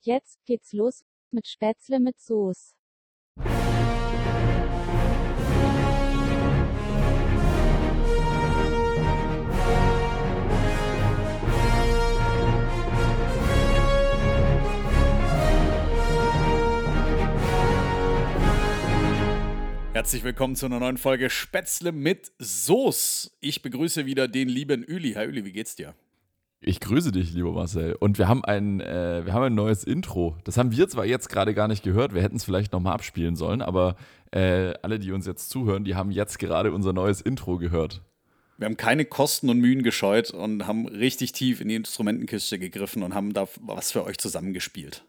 Jetzt geht's los mit Spätzle mit Soße. Herzlich willkommen zu einer neuen Folge Spätzle mit Soße. Ich begrüße wieder den lieben Üli. Hi Üli, wie geht's dir? Ich grüße dich, lieber Marcel. Und wir haben ein neues Intro. Das haben wir zwar jetzt gerade gar nicht gehört, wir hätten es vielleicht nochmal abspielen sollen, aber alle, die uns jetzt zuhören, die haben jetzt gerade unser neues Intro gehört. Wir haben keine Kosten und Mühen gescheut und haben richtig tief in die Instrumentenkiste gegriffen und haben da was für euch zusammengespielt.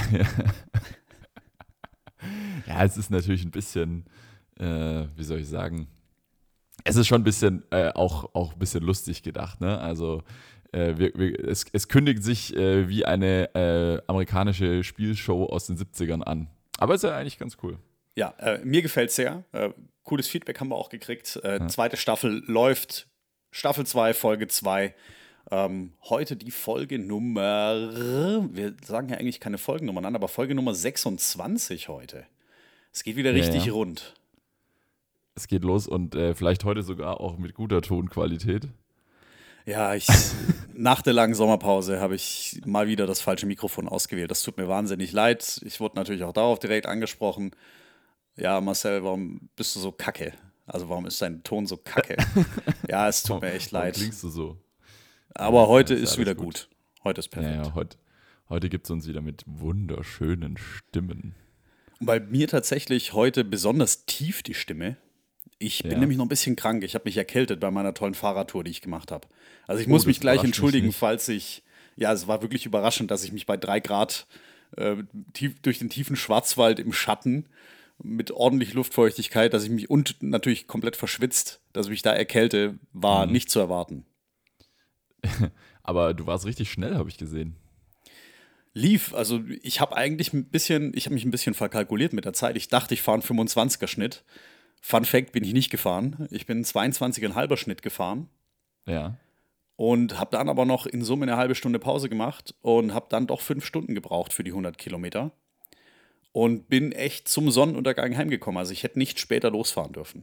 Ja, es ist natürlich ein bisschen, wie soll ich sagen, es ist schon ein bisschen, auch ein bisschen lustig gedacht, ne? Also es kündigt sich wie eine amerikanische Spielshow aus den 70ern an. Aber ist ja eigentlich ganz cool. Ja, mir gefällt's sehr. Cooles Feedback haben wir auch gekriegt. Zweite Staffel läuft. Staffel 2, Folge 2. Heute die Folge Nummer, wir sagen ja eigentlich keine Folgennummern an, aber Folge Nummer 26 heute. Es geht wieder richtig rund. Es geht los und vielleicht heute sogar auch mit guter Tonqualität. Ja, nach der langen Sommerpause habe ich mal wieder das falsche Mikrofon ausgewählt. Das tut mir wahnsinnig leid. Ich wurde natürlich auch darauf direkt angesprochen. Ja, Marcel, warum bist du so kacke? Also warum ist dein Ton so kacke? Ja, es tut mir echt leid. Warum klingst du so? Aber heute ist wieder gut. Heute ist perfekt. Ja, heute gibt es uns wieder mit wunderschönen Stimmen. Und bei mir tatsächlich heute besonders tief die Stimme. Ich bin nämlich noch ein bisschen krank. Ich habe mich erkältet bei meiner tollen Fahrradtour, die ich gemacht habe. Also ich muss mich gleich entschuldigen, falls ich, ja, es war wirklich überraschend, dass ich mich bei 3 Grad durch den tiefen Schwarzwald im Schatten mit ordentlich Luftfeuchtigkeit, dass ich mich und natürlich komplett verschwitzt, dass ich mich da erkälte, war nicht zu erwarten. Aber du warst richtig schnell, habe ich gesehen. Also ich habe mich ein bisschen verkalkuliert mit der Zeit. Ich dachte, ich fahre einen 25er-Schnitt. Fun Fact, bin ich nicht gefahren. Ich bin einen 22,5er Schnitt gefahren. Ja. Und habe dann aber noch in Summe eine halbe Stunde Pause gemacht und habe dann doch 5 Stunden gebraucht für die 100 Kilometer. Und bin echt zum Sonnenuntergang heimgekommen. Also ich hätte nicht später losfahren dürfen.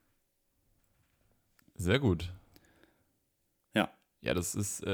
Sehr gut. Ja. Ja, das ist,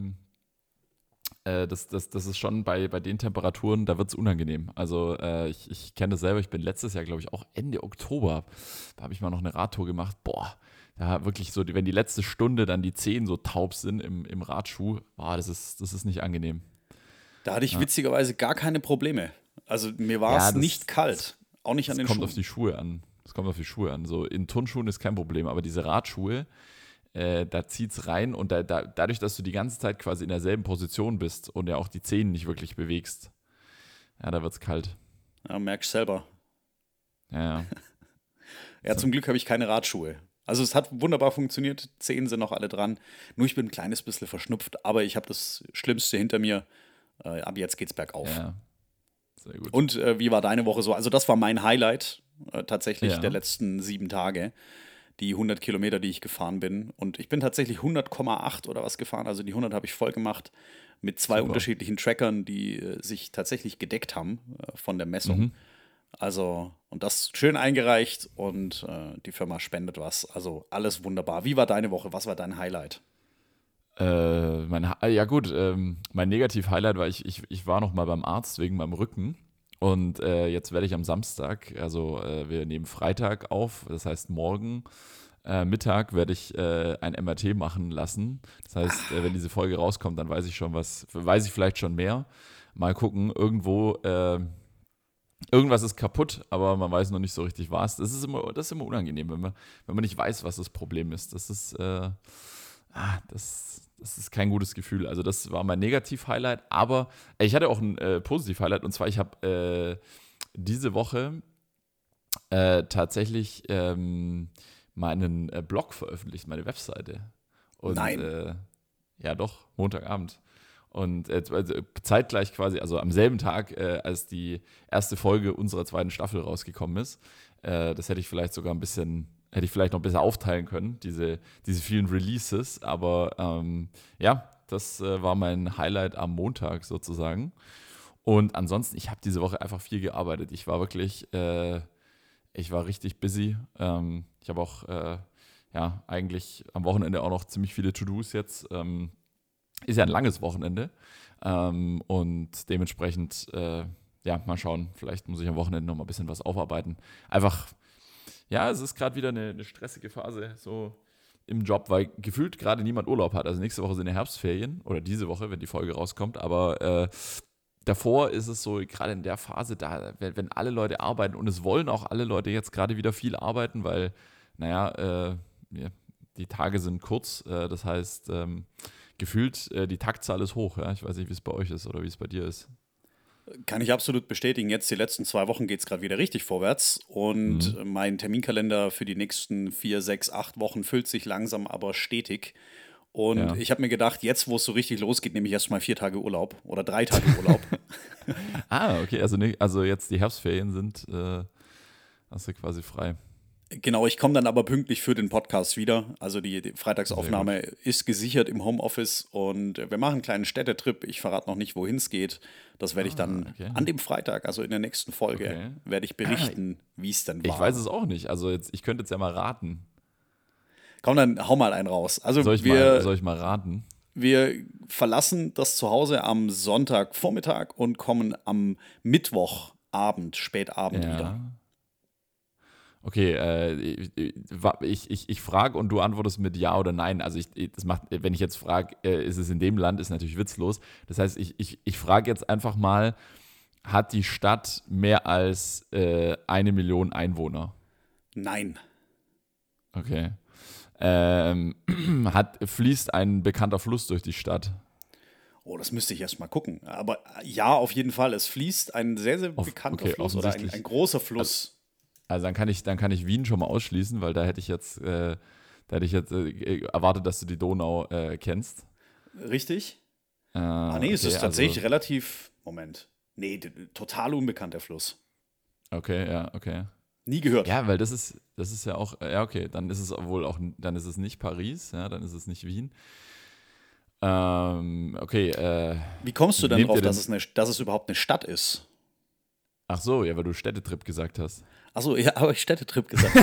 das ist schon bei den Temperaturen, da wird es unangenehm. Also ich kenne das selber, ich bin letztes Jahr, glaube ich, auch Ende Oktober, da habe ich mal noch eine Radtour gemacht. Boah, da wirklich so, wenn die letzte Stunde dann die Zehen so taub sind im Radschuh, boah, das ist nicht angenehm. Da hatte ich witzigerweise gar keine Probleme. Also mir war es nicht kalt, auch nicht an den Schuhen. Das kommt auf die Schuhe an. So in Turnschuhen ist kein Problem, aber diese Radschuhe, da zieht's rein und dadurch, dass du die ganze Zeit quasi in derselben Position bist und ja auch die Zehen nicht wirklich bewegst, ja, da wird's kalt. Ja, merkst selber. Ja. Ja, zum Glück habe ich keine Radschuhe. Also es hat wunderbar funktioniert, Zehen sind noch alle dran. Nur ich bin ein kleines bisschen verschnupft, aber ich habe das Schlimmste hinter mir. Ab jetzt geht's bergauf. Ja, sehr gut. Und wie war deine Woche so? Also das war mein Highlight tatsächlich der letzten 7 Tage. Die 100 Kilometer, die ich gefahren bin. Und ich bin tatsächlich 100,8 oder was gefahren. Also die 100 habe ich voll gemacht mit 2 unterschiedlichen Trackern, die sich tatsächlich gedeckt haben von der Messung. Also, und das schön eingereicht und die Firma spendet was. Also alles wunderbar. Wie war deine Woche? Was war dein Highlight? Mein Negativ-Highlight war, ich war noch mal beim Arzt wegen meinem Rücken. Und jetzt werde ich am Samstag, also wir nehmen Freitag auf, das heißt morgen Mittag werde ich ein MRT machen lassen. Das heißt, wenn diese Folge rauskommt, dann weiß ich vielleicht schon mehr. Mal gucken, irgendwas ist kaputt, aber man weiß noch nicht so richtig was. Das ist immer unangenehm, wenn man nicht weiß, was das Problem ist. Das ist kein gutes Gefühl. Also das war mein Negativ-Highlight, aber ich hatte auch ein Positiv-Highlight und zwar, ich habe diese Woche tatsächlich meinen Blog veröffentlicht, meine Webseite. Und, Nein. Ja doch, Montagabend. Und also zeitgleich quasi, also am selben Tag, als die erste Folge unserer 2. Staffel rausgekommen ist. Das hätte ich vielleicht noch besser aufteilen können, diese vielen Releases. Aber ja, das war mein Highlight am Montag sozusagen. Und ansonsten, ich habe diese Woche einfach viel gearbeitet. Ich war richtig busy. Ich habe auch, eigentlich am Wochenende auch noch ziemlich viele To-Dos jetzt. Ist ja ein langes Wochenende. Und dementsprechend, mal schauen. Vielleicht muss ich am Wochenende noch mal ein bisschen was aufarbeiten. Einfach, ja, es ist gerade wieder eine stressige Phase so im Job, weil gefühlt gerade niemand Urlaub hat. Also nächste Woche sind ja Herbstferien oder diese Woche, wenn die Folge rauskommt. Aber davor ist es so, gerade in der Phase, da, wenn alle Leute arbeiten und es wollen auch alle Leute jetzt gerade wieder viel arbeiten, weil, die Tage sind kurz. Das heißt, gefühlt, die Taktzahl ist hoch. Ja? Ich weiß nicht, wie es bei euch ist oder wie es bei dir ist. Kann ich absolut bestätigen. Jetzt die letzten 2 Wochen geht es gerade wieder richtig vorwärts und mein Terminkalender für die nächsten 4, 6, 8 Wochen füllt sich langsam, aber stetig. Und ich habe mir gedacht, jetzt, wo es so richtig losgeht, nehme ich erst mal 4 Tage Urlaub oder 3 Tage Urlaub. Okay, also jetzt die Herbstferien sind, hast du quasi frei. Genau, ich komme dann aber pünktlich für den Podcast wieder. Also die Freitagsaufnahme ist gesichert im Homeoffice und wir machen einen kleinen Städtetrip. Ich verrate noch nicht, wohin es geht. Das werde ich dann an dem Freitag, also in der nächsten Folge, werde ich berichten, wie es dann war. Ich weiß es auch nicht. Also ich könnte jetzt ja mal raten. Komm, dann hau mal einen raus. Also soll ich mal raten? Wir verlassen das Zuhause am Sonntagvormittag und kommen am Mittwochabend, spätabend wieder. Okay, ich frage und du antwortest mit Ja oder Nein. Also wenn ich jetzt frage, ist es in dem Land, ist natürlich witzlos. Das heißt, ich frage jetzt einfach mal, hat die Stadt mehr als 1 Million Einwohner? Nein. Okay. Fließt ein bekannter Fluss durch die Stadt? Oh, das müsste ich erst mal gucken. Aber ja, auf jeden Fall. Es fließt ein sehr, sehr bekannter Fluss oder ein großer Fluss. Also dann kann ich Wien schon mal ausschließen, weil da hätte ich jetzt erwartet, dass du die Donau kennst. Richtig? Nee, es ist tatsächlich relativ. Moment. Nee, total unbekannt, der Fluss. Okay, ja, okay. Nie gehört. Ja, weil das ist ja auch, okay, dann ist es wohl auch, dann ist es nicht Paris, ja, dann ist es nicht Wien. Okay. Wie kommst du denn drauf, dass es überhaupt eine Stadt ist? Ach so, ja, weil du Städtetrip gesagt hast. Ach so, ja, habe ich Städtetrip gesagt.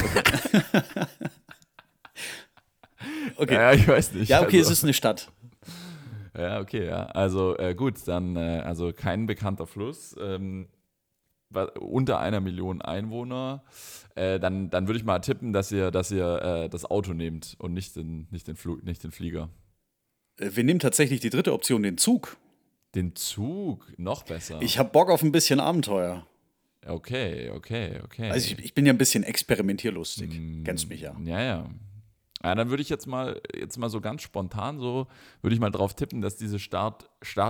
Okay. Ja, ich weiß nicht. Ja, okay, es ist eine Stadt. Ja, okay, ja. Also gut, dann also kein bekannter Fluss, unter 1 Million Einwohner. Dann würde ich mal tippen, dass ihr das Auto nehmt und nicht den Flieger. Wir nehmen tatsächlich die dritte Option, den Zug. Den Zug? Noch besser. Ich habe Bock auf ein bisschen Abenteuer. Okay. Also ich bin ja ein bisschen experimentierlustig. Kennst mich ja. Ja. Ja, dann würde ich jetzt mal so ganz spontan würde ich mal drauf tippen, dass diese Stadt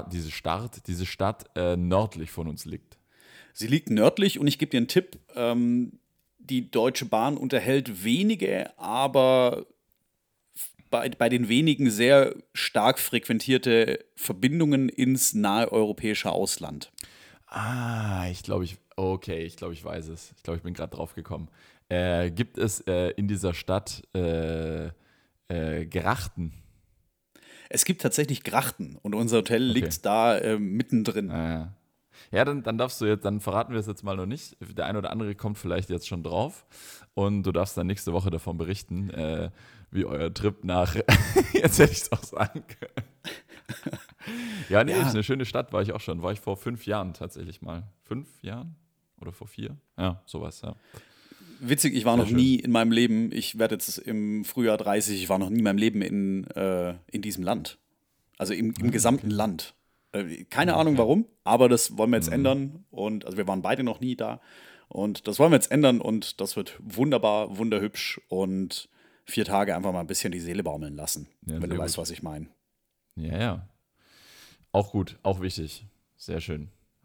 nördlich von uns liegt. Sie liegt nördlich und ich gebe dir einen Tipp. Die Deutsche Bahn unterhält wenige, aber bei den wenigen sehr stark frequentierte Verbindungen ins nahe europäische Ausland. Ich glaube, ich weiß es. Ich glaube, ich bin gerade drauf gekommen. Gibt es in dieser Stadt Grachten? Es gibt tatsächlich Grachten und unser Hotel liegt da mittendrin. Ja, dann verraten wir es jetzt mal noch nicht. Der eine oder andere kommt vielleicht jetzt schon drauf und du darfst dann nächste Woche davon berichten, wie euer Trip nach, jetzt hätte ich es auch sagen können. Ja, nee, ist eine schöne Stadt, war ich auch schon. War ich vor 5 Jahren tatsächlich mal. 5 Jahren? Oder vor 4? Ja, sowas, ja. Witzig, ich war noch nie in meinem Leben, ich werde jetzt im Frühjahr 30, ich war noch nie in meinem Leben in diesem Land. Also im gesamten Land. Keine Ahnung warum, aber das wollen wir jetzt ändern. Und also wir waren beide noch nie da. Und das wollen wir jetzt ändern und das wird wunderbar, wunderhübsch und 4 Tage einfach mal ein bisschen die Seele baumeln lassen, wenn du weißt, was ich meine. Ja. Auch gut, auch wichtig. Sehr schön.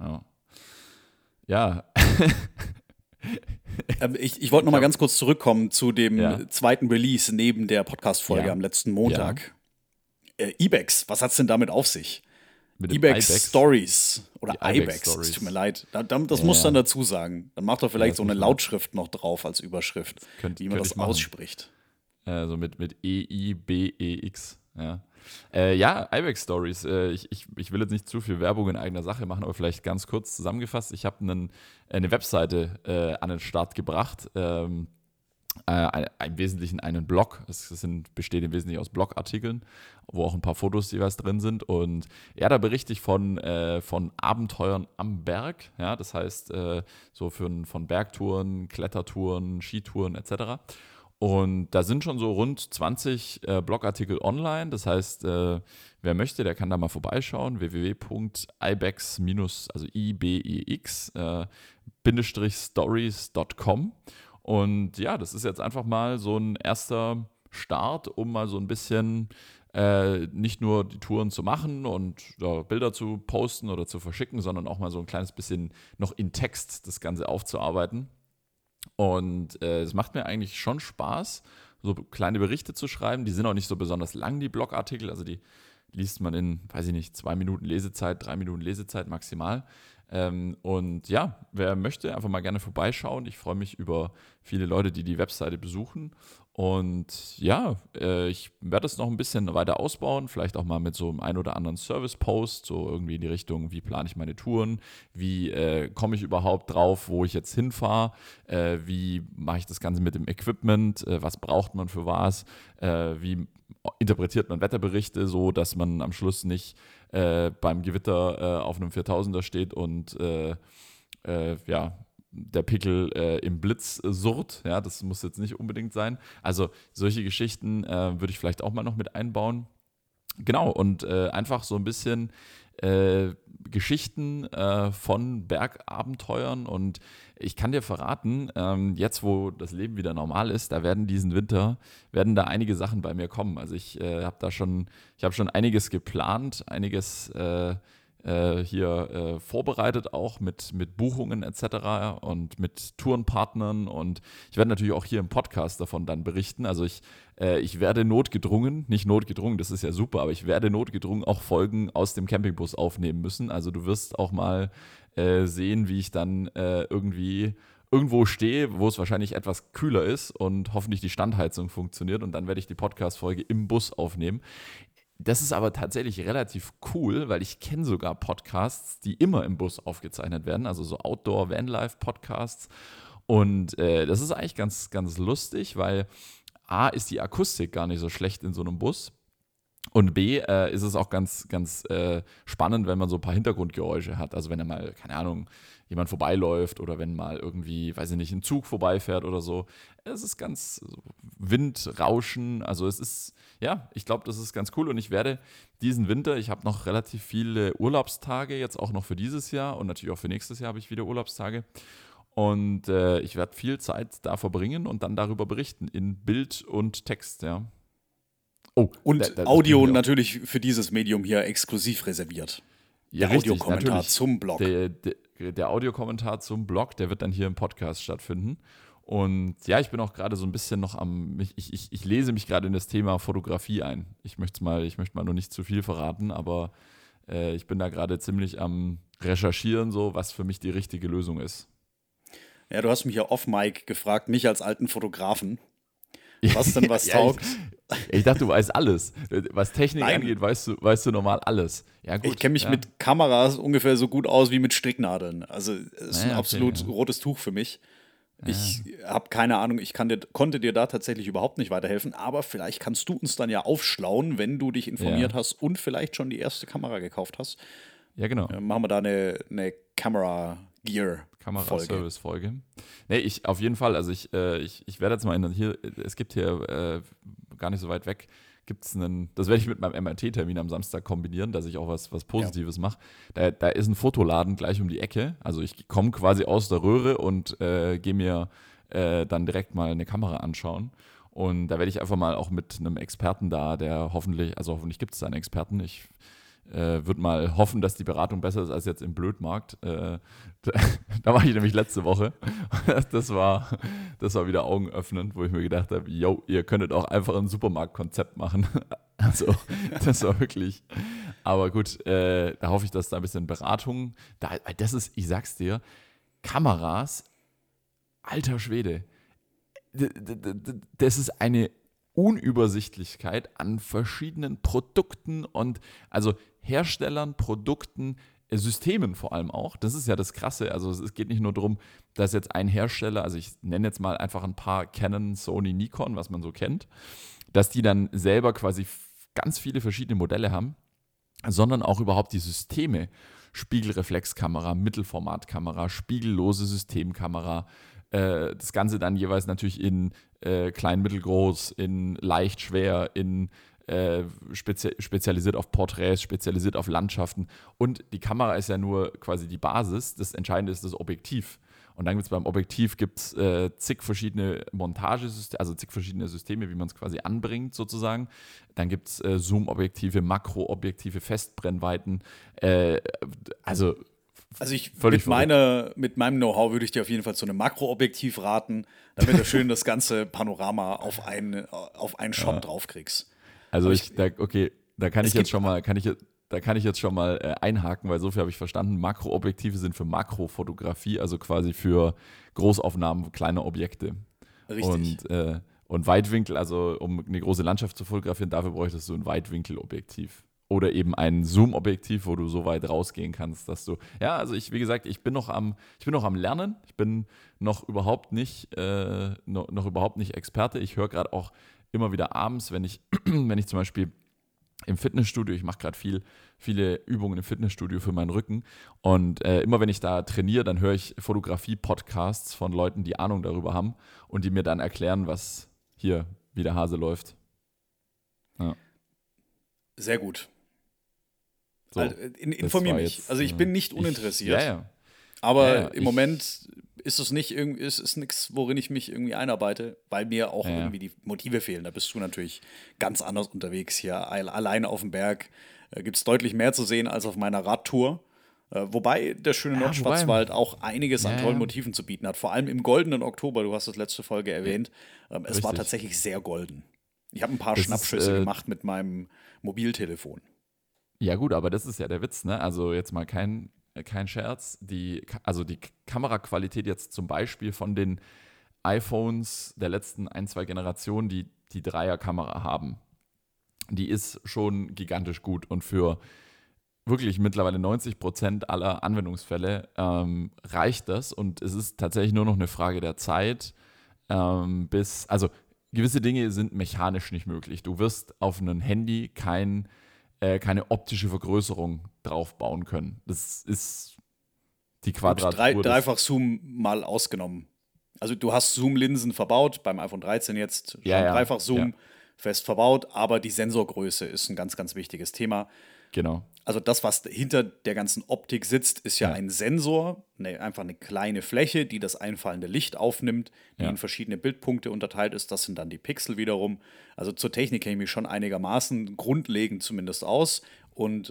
Ja. Ich wollte noch mal ganz kurz zurückkommen zu dem zweiten Release neben der Podcast-Folge am letzten Montag. Ibex, was hat es denn damit auf sich? Mit Ibex Stories oder Ibex, es tut mir leid. Das muss dann dazu sagen. Dann macht doch vielleicht so eine Lautschrift noch drauf als Überschrift, wie man das ausspricht. So mit EIBEX, ja. Ja, Ibex Stories. Ich will jetzt nicht zu viel Werbung in eigener Sache machen, aber vielleicht ganz kurz zusammengefasst. Ich habe eine Webseite an den Start gebracht. Im Wesentlichen einen Blog. Besteht im Wesentlichen aus Blogartikeln, wo auch ein paar Fotos jeweils drin sind. Und ja, da berichte ich von Abenteuern am Berg. Ja, das heißt, von Bergtouren, Klettertouren, Skitouren etc. Und da sind schon so rund 20 Blogartikel online. Das heißt, wer möchte, der kann da mal vorbeischauen. www.ibex- also ibex -stories.com. Und ja, das ist jetzt einfach mal so ein erster Start, um mal so ein bisschen nicht nur die Touren zu machen und Bilder zu posten oder zu verschicken, sondern auch mal so ein kleines bisschen noch in Text das Ganze aufzuarbeiten. Und es macht mir eigentlich schon Spaß, so kleine Berichte zu schreiben. Die sind auch nicht so besonders lang, die Blogartikel. Also die liest man in, weiß ich nicht, 2 Minuten Lesezeit, 3 Minuten Lesezeit maximal. Und ja, wer möchte, einfach mal gerne vorbeischauen. Ich freue mich über viele Leute, die die Webseite besuchen. Und ja, ich werde es noch ein bisschen weiter ausbauen, vielleicht auch mal mit so einem ein oder anderen Service-Post, so irgendwie in die Richtung, wie plane ich meine Touren, wie komme ich überhaupt drauf, wo ich jetzt hinfahre, wie mache ich das Ganze mit dem Equipment, was braucht man für was, wie interpretiert man Wetterberichte so, dass man am Schluss nicht beim Gewitter auf einem 4000er steht und ja, der Pickel im Blitz surrt. Ja, das muss jetzt nicht unbedingt sein. Also solche Geschichten würde ich vielleicht auch mal noch mit einbauen. Genau, und einfach so ein bisschen Geschichten von Bergabenteuern. Und ich kann dir verraten, jetzt wo das Leben wieder normal ist, diesen Winter da einige Sachen bei mir kommen. Also ich habe schon einiges geplant, einiges hier vorbereitet auch mit Buchungen etc. und mit Tourenpartnern, und ich werde natürlich auch hier im Podcast davon dann berichten. Also ich werde nicht notgedrungen, das ist ja super, aber ich werde notgedrungen auch Folgen aus dem Campingbus aufnehmen müssen. Also du wirst auch mal sehen, wie ich dann irgendwo stehe, wo es wahrscheinlich etwas kühler ist und hoffentlich die Standheizung funktioniert, und dann werde ich die Podcast-Folge im Bus aufnehmen. Das ist aber tatsächlich relativ cool, weil ich kenne sogar Podcasts, die immer im Bus aufgezeichnet werden, also so Outdoor-Vanlife-Podcasts. Und das ist eigentlich ganz, ganz lustig, weil A, ist die Akustik gar nicht so schlecht in so einem Bus. Und B, ist es auch ganz, ganz spannend, wenn man so ein paar Hintergrundgeräusche hat. Also wenn da mal, keine Ahnung, jemand vorbeiläuft oder wenn mal irgendwie, weiß ich nicht, ein Zug vorbeifährt oder so. Es ist ganz Windrauschen. Also es ist, ja, ich glaube, das ist ganz cool. Und ich werde diesen Winter, ich habe noch relativ viele Urlaubstage, jetzt auch noch für dieses Jahr, und natürlich auch für nächstes Jahr habe ich wieder Urlaubstage. Und ich werde viel Zeit da verbringen und dann darüber berichten, in Bild und Text, ja. Oh, und Audio natürlich für dieses Medium hier exklusiv reserviert. Ja, der Audiokommentar zum Blog. Der Audiokommentar zum Blog, der wird dann hier im Podcast stattfinden. Und ja, ich bin auch gerade so ein bisschen noch ich lese mich gerade in das Thema Fotografie ein. Ich möchte mal nur nicht zu viel verraten, aber ich bin da gerade ziemlich am Recherchieren, so was für mich die richtige Lösung ist. Ja, du hast mich ja off-Mic gefragt, mich als alten Fotografen, was denn was taugt. Ich dachte, du weißt alles. Was Technik angeht, weißt du normal alles. Ja, gut, ich kenne mich mit Kameras ungefähr so gut aus wie mit Stricknadeln. Also es ist ein absolut rotes Tuch für mich. Ich habe keine Ahnung, konnte dir da tatsächlich überhaupt nicht weiterhelfen, aber vielleicht kannst du uns dann ja aufschlauen, wenn du dich informiert hast und vielleicht schon die erste Kamera gekauft hast. Ja, genau. Machen wir da eine Camera-Gear. Kamera-Service-Folge. Nee, auf jeden Fall, also ich werde jetzt mal es gibt hier gar nicht so weit weg, das werde ich mit meinem MRT-Termin am Samstag kombinieren, dass ich auch was Positives mache. Da ist ein Fotoladen gleich um die Ecke, also ich komme quasi aus der Röhre und gehe mir dann direkt mal eine Kamera anschauen. Und da werde ich einfach mal auch mit einem Experten da, hoffentlich gibt es da einen Experten, ich würde mal hoffen, dass die Beratung besser ist als jetzt im Blödmarkt. Da war ich nämlich letzte Woche. Das war wieder augenöffnend, wo ich mir gedacht habe, yo, ihr könntet auch einfach ein Supermarktkonzept machen. Also das war wirklich, aber gut, da hoffe ich, dass da ein bisschen Beratung, das ist, ich sag's dir, Kameras, alter Schwede, das ist eine Unübersichtlichkeit an verschiedenen Produkten und also Herstellern, Produkten, Systemen vor allem auch. Das ist ja das Krasse. Also es geht nicht nur darum, dass jetzt ein Hersteller, also ich nenne jetzt mal einfach ein paar Canon, Sony, Nikon, was man so kennt, dass die dann selber quasi ganz viele verschiedene Modelle haben, sondern auch überhaupt die Systeme. Spiegelreflexkamera, Mittelformatkamera, spiegellose Systemkamera, das Ganze dann jeweils natürlich in klein, mittelgroß, in leicht, schwer, in spezialisiert auf Porträts, spezialisiert auf Landschaften. Und die Kamera ist ja nur quasi die Basis. Das Entscheidende ist das Objektiv. Und dann gibt es beim Objektiv zig verschiedene Montagesysteme, also zig verschiedene Systeme, wie man es quasi anbringt sozusagen. Dann gibt es Zoom-Objektive, Makroobjektive, Festbrennweiten. Also ich mit meinem Know-how würde ich dir auf jeden Fall zu einem Makroobjektiv raten, damit du schön das ganze Panorama auf einen Shot draufkriegst. Also da kann ich jetzt schon mal einhaken, weil so viel habe ich verstanden. Makroobjektive sind für Makrofotografie, also quasi für Großaufnahmen kleiner Objekte. Richtig. Und Weitwinkel, also um eine große Landschaft zu fotografieren, dafür bräuchtest du ein Weitwinkelobjektiv. Oder eben ein Zoom-Objektiv, wo du so weit rausgehen kannst, dass du. Ja, also wie gesagt, ich bin noch am Lernen. Ich bin noch überhaupt nicht Experte. Ich höre gerade auch immer wieder abends, wenn ich zum Beispiel im Fitnessstudio, ich mache gerade viele Übungen im Fitnessstudio für meinen Rücken und immer wenn ich da trainiere, dann höre ich Fotografie-Podcasts von Leuten, die Ahnung darüber haben und die mir dann erklären, wie der Hase läuft. Ja. Sehr gut. So, informiere mich. Jetzt, also ich bin nicht uninteressiert. Aber im Moment ist es nichts, worin ich mich irgendwie einarbeite, weil mir auch irgendwie die Motive fehlen. Da bist du natürlich ganz anders unterwegs hier. Alleine auf dem Berg gibt es deutlich mehr zu sehen als auf meiner Radtour. Wobei der schöne Nordschwarzwald auch einiges an tollen Motiven zu bieten hat. Vor allem im goldenen Oktober, du hast das letzte Folge erwähnt. Es war tatsächlich sehr golden. Ich habe ein paar Schnappschüsse gemacht mit meinem Mobiltelefon. Ja gut, aber das ist ja der Witz, ne? Also jetzt mal kein Scherz. Die Kameraqualität jetzt zum Beispiel von den iPhones der letzten 1-2 Generationen, die Dreierkamera haben, die ist schon gigantisch gut und für wirklich mittlerweile 90% aller Anwendungsfälle reicht das und es ist tatsächlich nur noch eine Frage der Zeit, also gewisse Dinge sind mechanisch nicht möglich. Du wirst auf einem Handy keine optische Vergrößerung draufbauen können. Das ist die Quadratur. Dreifach-Zoom mal ausgenommen. Also du hast Zoom-Linsen verbaut, beim iPhone 13 jetzt Dreifach-Zoom fest verbaut, aber die Sensorgröße ist ein ganz, ganz wichtiges Thema. Genau. Also das, was hinter der ganzen Optik sitzt, ist ja ein Sensor, einfach eine kleine Fläche, die das einfallende Licht aufnimmt, die in verschiedene Bildpunkte unterteilt ist. Das sind dann die Pixel wiederum. Also zur Technik kenne ich mich schon einigermaßen grundlegend zumindest aus. Und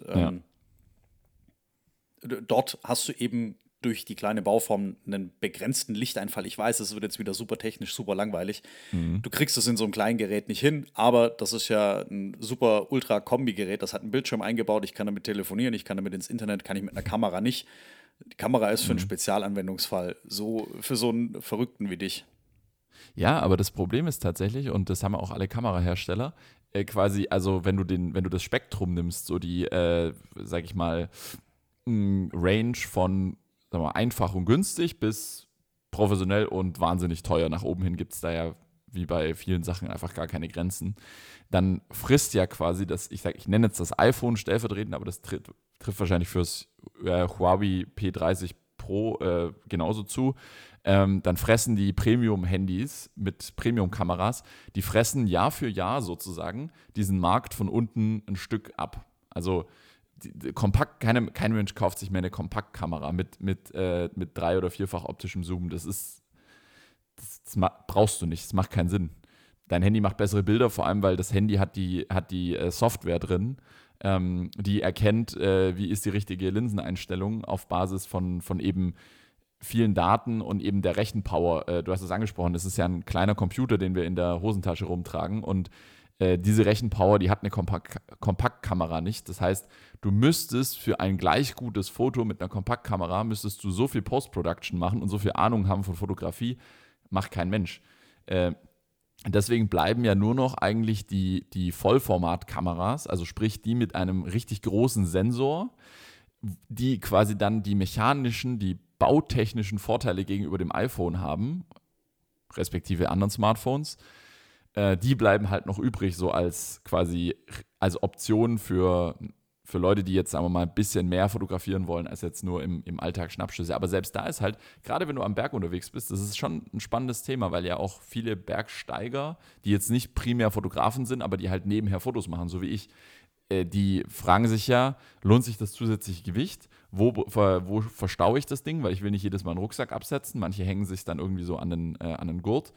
dort hast du eben durch die kleine Bauform einen begrenzten Lichteinfall. Ich weiß, es wird jetzt wieder super technisch, super langweilig. Du kriegst es in so einem kleinen Gerät nicht hin, aber das ist ja ein super Ultra-Kombi-Gerät. Das hat einen Bildschirm eingebaut, ich kann damit telefonieren, ich kann damit ins Internet, kann ich mit einer Kamera nicht. Die Kamera ist für einen Spezialanwendungsfall, für so einen Verrückten wie dich. Ja, aber das Problem ist tatsächlich, und das haben auch alle Kamerahersteller, quasi, also wenn du das Spektrum nimmst, so die, sag ich mal, Range von einfach und günstig bis professionell und wahnsinnig teuer. Nach oben hin gibt es da ja, wie bei vielen Sachen, einfach gar keine Grenzen. Dann frisst ja quasi ich nenne jetzt das iPhone stellvertretend, aber das trifft wahrscheinlich fürs Huawei P30 Pro genauso zu. Dann fressen die Premium-Handys mit Premium-Kameras, die fressen Jahr für Jahr sozusagen diesen Markt von unten ein Stück ab. Also kein Mensch kauft sich mehr eine Kompaktkamera mit 3- oder 4-fach optischem Zoom. Das brauchst du nicht, das macht keinen Sinn. Dein Handy macht bessere Bilder, vor allem, weil das Handy hat die Software drin, die erkennt, wie ist die richtige Linseneinstellung auf Basis von eben vielen Daten und eben der Rechenpower. Du hast es angesprochen, das ist ja ein kleiner Computer, den wir in der Hosentasche rumtragen und diese Rechenpower, die hat eine Kompaktkamera nicht. Das heißt, du müsstest für ein gleich gutes Foto mit einer Kompaktkamera, müsstest du so viel Post-Production machen und so viel Ahnung haben von Fotografie, macht kein Mensch. Deswegen bleiben ja nur noch eigentlich die Vollformatkameras, also sprich die mit einem richtig großen Sensor, die quasi dann die mechanischen, die bautechnischen Vorteile gegenüber dem iPhone haben, respektive anderen Smartphones. Die bleiben halt noch übrig, so als quasi als Option für Leute, die jetzt, sagen wir mal, ein bisschen mehr fotografieren wollen, als jetzt nur im Alltag Schnappschüsse. Aber selbst da ist halt, gerade wenn du am Berg unterwegs bist, das ist schon ein spannendes Thema, weil ja auch viele Bergsteiger, die jetzt nicht primär Fotografen sind, aber die halt nebenher Fotos machen, so wie ich, die fragen sich ja, lohnt sich das zusätzliche Gewicht? Wo verstaue ich das Ding? Weil ich will nicht jedes Mal einen Rucksack absetzen. Manche hängen sich dann irgendwie so an den Gurt.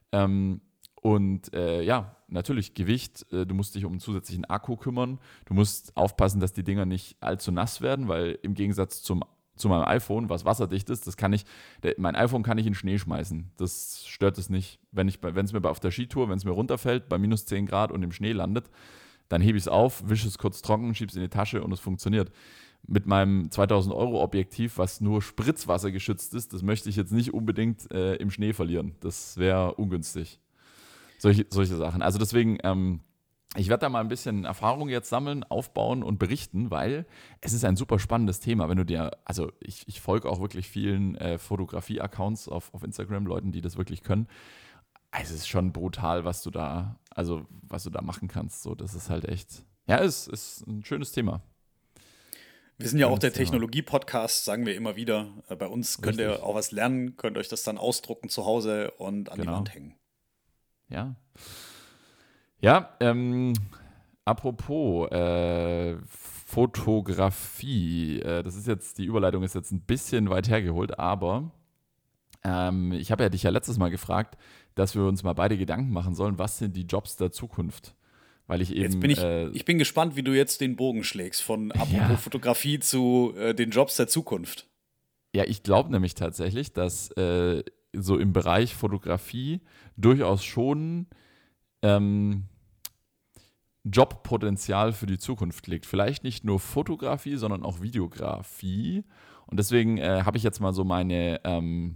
Ja, natürlich Gewicht. Du musst dich um einen zusätzlichen Akku kümmern. Du musst aufpassen, dass die Dinger nicht allzu nass werden, weil im Gegensatz zu meinem iPhone, was wasserdicht ist, mein iPhone kann ich in Schnee schmeißen. Das stört es nicht. Wenn es mir auf der Skitour, wenn es mir runterfällt, bei minus 10 Grad und im Schnee landet, dann hebe ich es auf, wische es kurz trocken, schiebe es in die Tasche und es funktioniert. Mit meinem 2000 € Objektiv, was nur Spritzwasser geschützt ist, das möchte ich jetzt nicht unbedingt im Schnee verlieren. Das wäre ungünstig. Solche Sachen. Also deswegen, ich werde da mal ein bisschen Erfahrung jetzt sammeln, aufbauen und berichten, weil es ist ein super spannendes Thema. Wenn du also ich folge auch wirklich vielen Fotografie-Accounts auf Instagram, Leuten, die das wirklich können. Es ist schon brutal, was du da machen kannst. So, das ist halt echt, ja, es ist ein schönes Thema. Wir sind ja auch der Technologie-Podcast, sagen wir immer wieder. Bei uns könnt ihr auch was lernen, könnt euch das dann ausdrucken zu Hause und an die Wand hängen. Ja. Ja, apropos Fotografie, die Überleitung ist jetzt ein bisschen weit hergeholt, aber ich habe ja dich ja letztes Mal gefragt, dass wir uns mal beide Gedanken machen sollen, was sind die Jobs der Zukunft? Weil ich eben. Ich bin gespannt, wie du jetzt den Bogen schlägst von apropos Fotografie zu den Jobs der Zukunft. Ja, ich glaube nämlich tatsächlich, dass so im Bereich Fotografie durchaus schon Jobpotenzial für die Zukunft liegt. Vielleicht nicht nur Fotografie, sondern auch Videografie. Und deswegen habe ich jetzt mal so meinen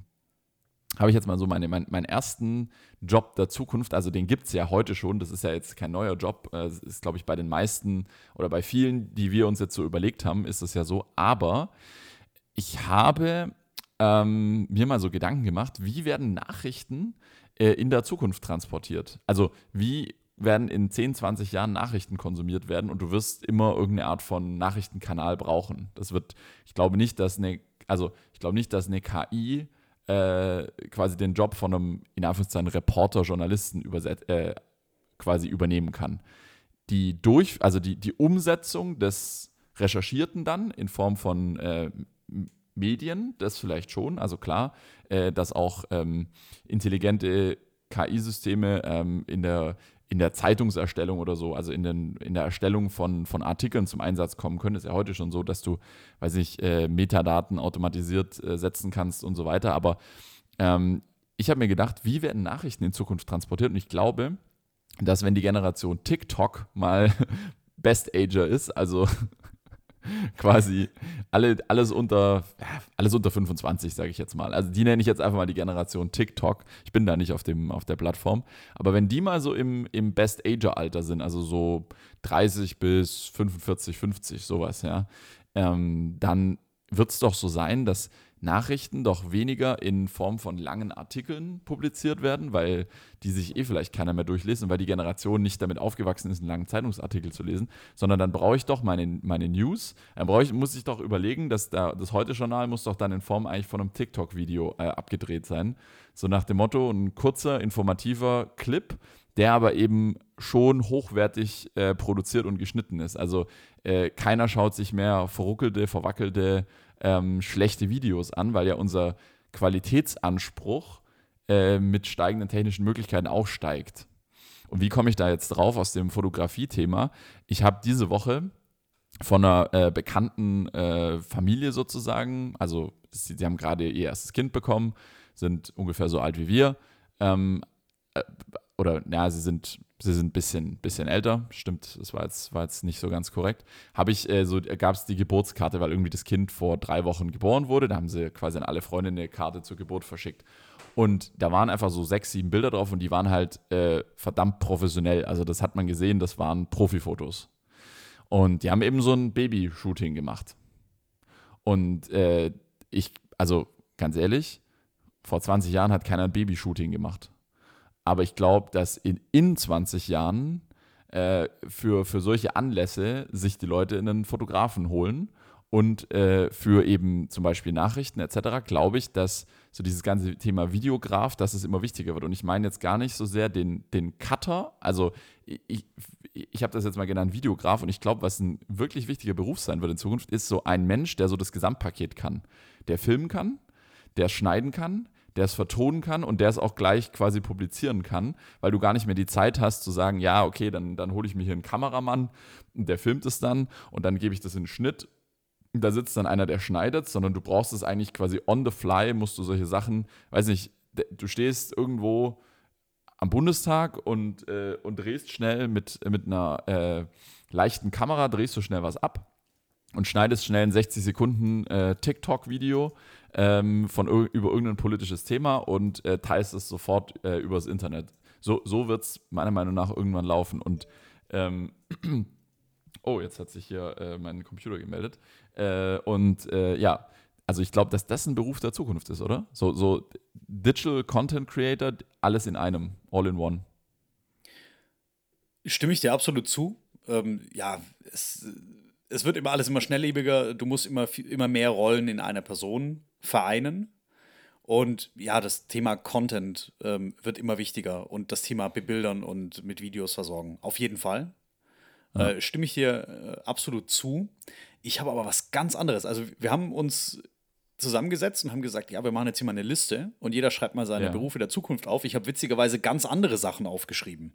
ersten Job der Zukunft, also den gibt es ja heute schon, das ist ja jetzt kein neuer Job, das ist, glaube ich, bei den meisten oder bei vielen, die wir uns jetzt so überlegt haben, ist es ja so, aber ich habe mir mal so Gedanken gemacht, wie werden Nachrichten in der Zukunft transportiert? Also wie werden in 10, 20 Jahren Nachrichten konsumiert werden und du wirst immer irgendeine Art von Nachrichtenkanal brauchen. Ich glaube nicht, dass eine KI quasi den Job von einem, in Anführungszeichen, Reporter, Journalisten quasi übernehmen kann. Die Umsetzung des Recherchierten dann in Form von Medien, das vielleicht schon, also klar, dass auch intelligente KI-Systeme in der Zeitungserstellung oder so, also in der Erstellung von Artikeln zum Einsatz kommen können. Ist ja heute schon so, dass du, weiß ich, Metadaten automatisiert setzen kannst und so weiter. Aber ich habe mir gedacht, wie werden Nachrichten in Zukunft transportiert? Und ich glaube, dass wenn die Generation TikTok mal Best Ager ist, also quasi alles unter 25, sage ich jetzt mal. Also die nenne ich jetzt einfach mal die Generation TikTok. Ich bin da nicht auf der Plattform. Aber wenn die mal so im Best-Ager-Alter sind, also so 30 bis 45, 50, sowas, ja, dann wird es doch so sein, dass Nachrichten doch weniger in Form von langen Artikeln publiziert werden, weil die sich vielleicht keiner mehr durchlesen, weil die Generation nicht damit aufgewachsen ist, einen langen Zeitungsartikel zu lesen, sondern dann brauche ich doch meine News, muss ich doch überlegen, dass das Heute-Journal muss doch dann in Form eigentlich von einem TikTok-Video abgedreht sein. So nach dem Motto, ein kurzer, informativer Clip, der aber eben schon hochwertig produziert und geschnitten ist. Also keiner schaut sich mehr verwackelte, schlechte Videos an, weil ja unser Qualitätsanspruch mit steigenden technischen Möglichkeiten auch steigt. Und wie komme ich da jetzt drauf aus dem Fotografie-Thema? Ich habe diese Woche von einer bekannten Familie sozusagen, also sie haben gerade ihr erstes Kind bekommen, sind ungefähr so alt wie wir, sie sind ein bisschen älter, stimmt, das war jetzt nicht so ganz korrekt. Gab es die Geburtskarte, weil irgendwie das Kind vor 3 Wochen geboren wurde, da haben sie quasi an alle Freunde eine Karte zur Geburt verschickt. Und da waren einfach so 6, 7 Bilder drauf und die waren halt verdammt professionell. Also das hat man gesehen, das waren Profifotos. Und die haben eben so ein Baby-Shooting gemacht. Und also ganz ehrlich, vor 20 Jahren hat keiner ein Baby-Shooting gemacht. Aber ich glaube, dass in 20 Jahren für solche Anlässe sich die Leute einen Fotografen holen. Und für eben zum Beispiel Nachrichten etc. glaube ich, dass so dieses ganze Thema Videograf, dass es immer wichtiger wird. Und ich meine jetzt gar nicht so sehr den Cutter. Also ich habe das jetzt mal genannt, Videograf. Und ich glaube, was ein wirklich wichtiger Beruf sein wird in Zukunft, ist so ein Mensch, der so das Gesamtpaket kann. Der filmen kann, der schneiden kann, der es vertonen kann und der es auch gleich quasi publizieren kann, weil du gar nicht mehr die Zeit hast zu sagen, ja, okay, dann hole ich mir hier einen Kameramann und der filmt es dann und dann gebe ich das in den Schnitt. Da sitzt dann einer, der schneidet, sondern du brauchst es eigentlich quasi on the fly, musst du solche Sachen, weiß nicht, du stehst irgendwo am Bundestag und drehst schnell mit einer leichten Kamera, drehst du schnell was ab und schneidest schnell ein 60 Sekunden TikTok-Video über irgendein politisches Thema und teilst es sofort übers Internet. So wird es meiner Meinung nach irgendwann laufen. Und oh, jetzt hat sich hier mein Computer gemeldet. Ja, also ich glaube, dass das ein Beruf der Zukunft ist, oder? So Digital Content Creator, alles in einem, all in one. Stimme ich dir absolut zu. Ja, es wird alles immer schnelllebiger. Du musst immer mehr Rollen in einer Person vereinen. Und ja, das Thema Content wird immer wichtiger und das Thema bebildern und mit Videos versorgen. Auf jeden Fall. Stimme ich dir absolut zu. Ich habe aber was ganz anderes. Also wir haben uns zusammengesetzt und haben gesagt, ja, wir machen jetzt hier mal eine Liste und jeder schreibt mal seine Berufe der Zukunft auf. Ich habe witzigerweise ganz andere Sachen aufgeschrieben.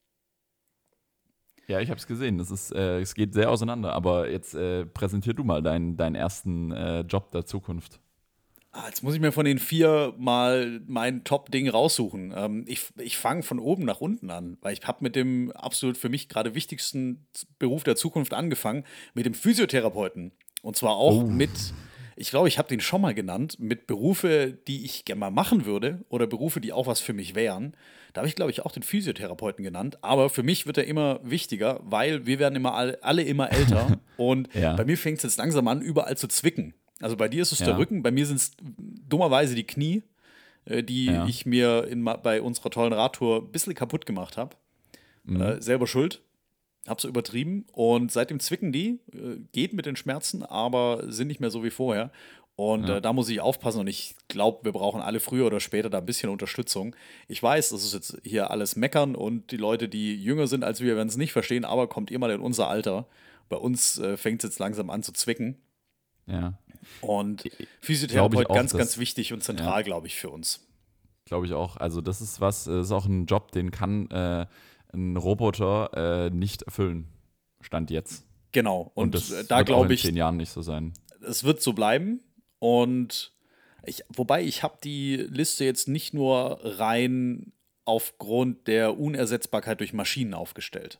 Ja, ich habe es gesehen. Es geht sehr auseinander. Aber jetzt präsentier du mal deinen ersten Job der Zukunft. Jetzt muss ich mir von den 4 mal mein Top-Ding raussuchen. Ich fange von oben nach unten an, weil ich habe mit dem absolut für mich gerade wichtigsten Beruf der Zukunft angefangen, mit dem Physiotherapeuten. Und zwar auch ich glaube, ich habe den schon mal genannt, mit Berufe, die ich gerne mal machen würde oder Berufe, die auch was für mich wären. Da habe ich, glaube ich, auch den Physiotherapeuten genannt. Aber für mich wird er immer wichtiger, weil wir werden immer alle immer älter. Und bei mir fängt es jetzt langsam an, überall zu zwicken. Also bei dir ist es der Rücken, bei mir sind es dummerweise die Knie, die ich mir bei unserer tollen Radtour ein bisschen kaputt gemacht habe. Selber schuld, hab's übertrieben und seitdem zwicken die, geht mit den Schmerzen, aber sind nicht mehr so wie vorher. Und da muss ich aufpassen und ich glaube, wir brauchen alle früher oder später da ein bisschen Unterstützung. Ich weiß, das ist jetzt hier alles meckern und die Leute, die jünger sind als wir, werden es nicht verstehen, aber kommt ihr mal in unser Alter. Bei uns fängt es jetzt langsam an zu zwicken. Ja. Und Physiotherapeut auch, ganz wichtig und zentral, glaube ich, für uns. Glaube ich auch. Also das ist auch ein Job, den kann ein Roboter nicht erfüllen. Stand jetzt. Genau. Und das da wird auch in glaube ich, 10 Jahren nicht so sein. Es wird so bleiben. Und wobei ich habe die Liste jetzt nicht nur rein aufgrund der Unersetzbarkeit durch Maschinen aufgestellt.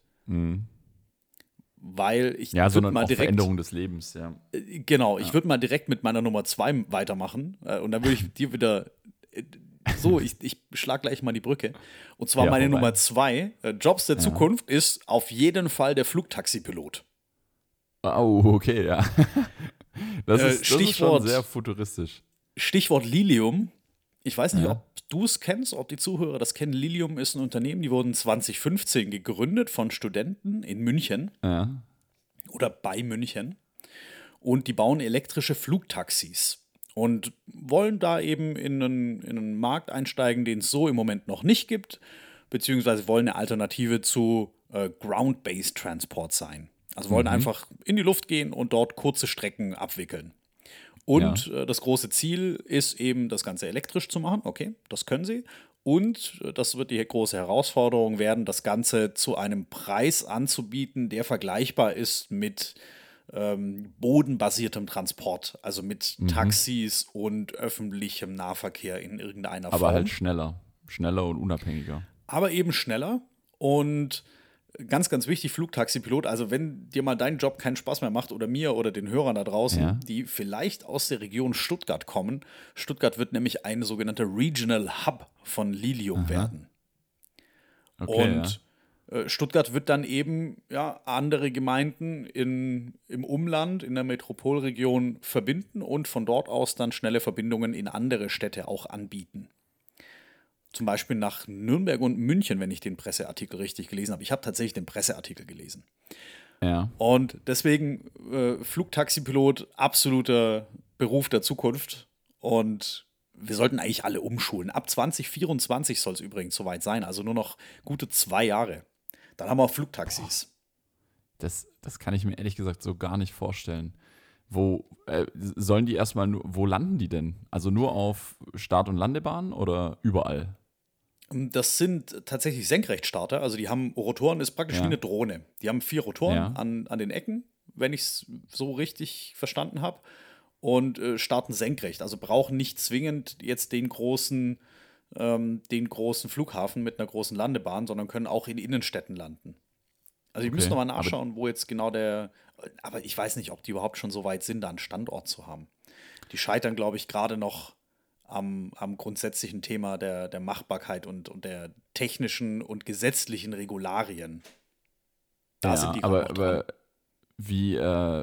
Weil ich sondern mal auch direkt Veränderung des Lebens, ja. Genau, ich würde mal direkt mit meiner Nummer 2 weitermachen. Und dann würde ich dir wieder ich schlag gleich mal die Brücke. Und zwar meine Nummer 2, Jobs der Zukunft, ist auf jeden Fall der Flugtaxipilot. Oh, okay, ja. Das ist schon sehr futuristisch. Stichwort Lilium. Ich weiß nicht, ob du es kennst, ob die Zuhörer das kennen. Lilium ist ein Unternehmen, die wurden 2015 gegründet von Studenten in München. Ja. Oder bei München. Und die bauen elektrische Flugtaxis. Und wollen da eben in einen Markt einsteigen, den es so im Moment noch nicht gibt. Beziehungsweise wollen eine Alternative zu Ground-Based Transport sein. Also wollen einfach in die Luft gehen und dort kurze Strecken abwickeln. Und das große Ziel ist eben, das Ganze elektrisch zu machen. Okay, das können sie. Und das wird die große Herausforderung werden, das Ganze zu einem Preis anzubieten, der vergleichbar ist mit bodenbasiertem Transport. Also mit Taxis und öffentlichem Nahverkehr in irgendeiner Form. Aber halt schneller und unabhängiger. Aber eben schneller. Und ganz, ganz wichtig, Flugtaxipilot, also wenn dir mal dein Job keinen Spaß mehr macht oder mir oder den Hörern da draußen, Ja. die vielleicht aus der Region Stuttgart kommen. Stuttgart wird nämlich ein sogenannter Regional Hub von Lilium werden. Okay, Und Stuttgart wird dann eben andere Gemeinden im Umland, in der Metropolregion verbinden und von dort aus dann schnelle Verbindungen in andere Städte auch anbieten. Zum Beispiel nach Nürnberg und München, wenn ich den Presseartikel richtig gelesen habe. Ich habe tatsächlich den Presseartikel gelesen. Ja. Und deswegen Flugtaxipilot, absoluter Beruf der Zukunft. Und wir sollten eigentlich alle umschulen. Ab 2024 soll es übrigens soweit sein. Also nur noch gute 2 Jahre. Dann haben wir auch Flugtaxis. Das kann ich mir ehrlich gesagt so gar nicht vorstellen. Wo sollen die erstmal, wo landen die denn? Also nur auf Start- und Landebahnen oder überall? Das sind tatsächlich Senkrechtstarter. Also die haben Rotoren, ist praktisch wie eine Drohne. Die haben 4 Rotoren an den Ecken, wenn ich es so richtig verstanden habe. Und starten senkrecht. Also brauchen nicht zwingend jetzt den großen Flughafen mit einer großen Landebahn, sondern können auch in Innenstädten landen. Also ich müsste nochmal nachschauen, wo jetzt genau aber ich weiß nicht, ob die überhaupt schon so weit sind, da einen Standort zu haben. Die scheitern, glaube ich, gerade noch am grundsätzlichen Thema der Machbarkeit und der technischen und gesetzlichen Regularien. Da sind die gerade noch dran. Aber wie,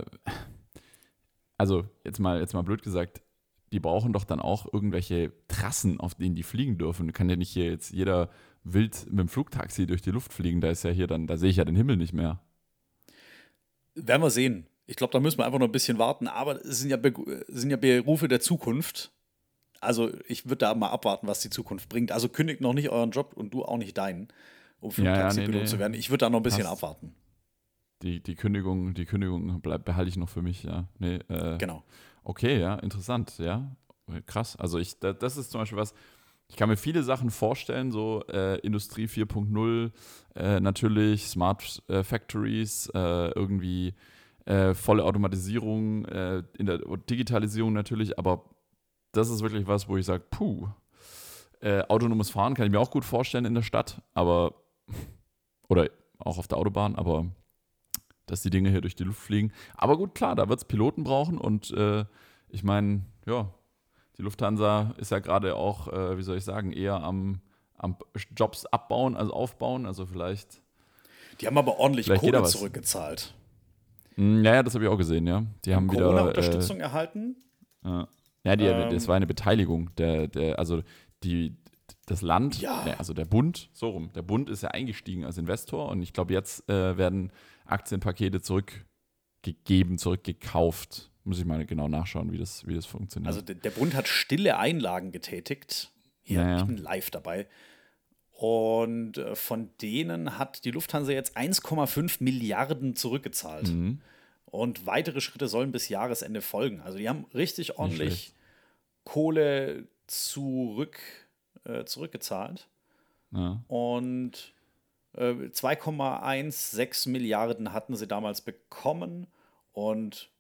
also jetzt mal blöd gesagt, die brauchen doch dann auch irgendwelche Trassen, auf denen die fliegen dürfen. Kann ja nicht hier jetzt jeder wild mit dem Flugtaxi durch die Luft fliegen, da sehe ich ja den Himmel nicht mehr. Werden wir sehen. Ich glaube, da müssen wir einfach noch ein bisschen warten. Aber es sind ja Berufe der Zukunft. Also ich würde da mal abwarten, was die Zukunft bringt. Also kündigt noch nicht euren Job und du auch nicht deinen, um Flugtaxipilot zu werden. Ich würde da noch ein bisschen abwarten. Die Kündigung behalte ich noch für mich, ja. Nee, Genau. Okay, ja, interessant, ja. Krass. Also das ist zum Beispiel was, ich kann mir viele Sachen vorstellen, so Industrie 4.0, natürlich, Smart Factories, irgendwie volle Automatisierung, in der Digitalisierung natürlich, aber das ist wirklich was, wo ich sage, autonomes Fahren kann ich mir auch gut vorstellen in der Stadt, oder auch auf der Autobahn, aber dass die Dinge hier durch die Luft fliegen. Aber gut, klar, da wird es Piloten brauchen und ich meine, ja, die Lufthansa ist ja gerade auch, wie soll ich sagen, eher am Jobs abbauen als aufbauen, also vielleicht. Die haben aber ordentlich Kohle zurückgezahlt. Ja, das habe ich auch gesehen, ja. Die haben wieder Corona-Unterstützung erhalten. Ja, das war eine Beteiligung. Das Land, also der Bund, so rum, der Bund ist ja eingestiegen als Investor und ich glaube, jetzt werden Aktienpakete zurückgekauft. Muss ich mal genau nachschauen, wie das funktioniert. Also der Bund hat stille Einlagen getätigt. Hier, ich bin live dabei. Und von denen hat die Lufthansa jetzt 1,5 Milliarden zurückgezahlt. Mhm. Und weitere Schritte sollen bis Jahresende folgen. Also die haben richtig ordentlich Kohle zurückgezahlt. Ja. Und 2,16 Milliarden hatten sie damals bekommen. Und,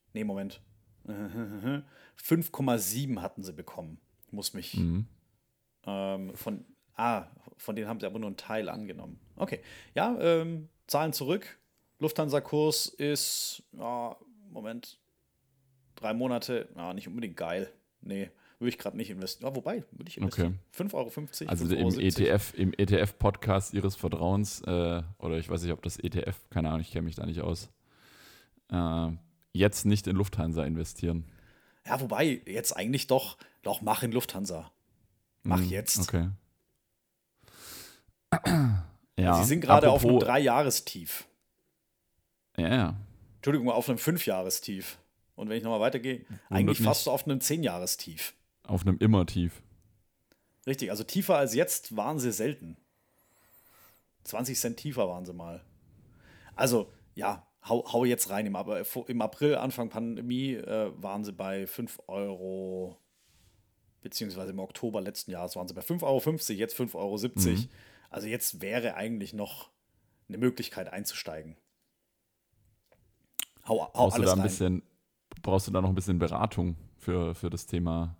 5,7 hatten sie bekommen. Muss mich von denen haben sie aber nur einen Teil angenommen. Okay, ja, Zahlen zurück. Lufthansa-Kurs ist, 3 Monate, nicht unbedingt geil. Nee, würde ich gerade nicht investieren. Wobei, würde ich investieren. Okay. 5,50 €. Also im ETF-Podcast Ihres Vertrauens, oder ich weiß nicht, ob das ETF, keine Ahnung, ich kenne mich da nicht aus, jetzt nicht in Lufthansa investieren. Ja, wobei, jetzt eigentlich doch mach in Lufthansa. Mach jetzt. Okay. Ja. Sie sind gerade auf einem 3-Jahrestief. Ja. Entschuldigung, auf einem 5-Jahrestief. Und wenn ich nochmal weitergehe, eigentlich fast auf einem 10-Jahrestief. Auf einem Immer-Tief. Richtig, also tiefer als jetzt waren sie selten. 20 Cent tiefer waren sie mal. Also, ja, hau jetzt rein. Im April, Anfang Pandemie, waren sie bei 5 €, beziehungsweise im Oktober letzten Jahres waren sie bei 5,50 €, jetzt 5,70 €. Also jetzt wäre eigentlich noch eine Möglichkeit einzusteigen. Brauchst du da noch ein bisschen Beratung für das Thema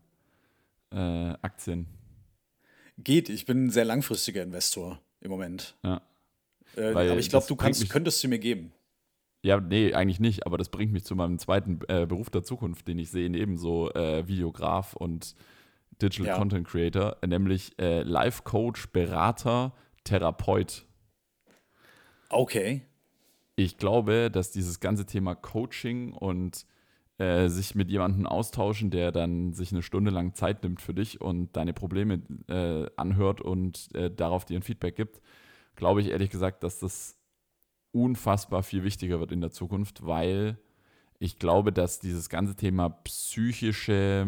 Aktien? Geht, ich bin ein sehr langfristiger Investor im Moment. Ja. Weil aber ich glaube, das du bringt mich, könntest sie mir geben. ja, nee, eigentlich nicht, aber das bringt mich zu meinem zweiten Beruf der Zukunft, den ich sehe, neben so Videograf und Digital Ja, Content Creator, nämlich Life Coach, Berater, Therapeut. okay. Ich glaube, dass dieses ganze Thema Coaching und sich mit jemandem austauschen, der dann sich eine Stunde lang Zeit nimmt für dich und deine Probleme anhört und darauf dir ein Feedback gibt, glaube ich ehrlich gesagt, dass das unfassbar viel wichtiger wird in der Zukunft, weil ich glaube, dass dieses ganze Thema psychische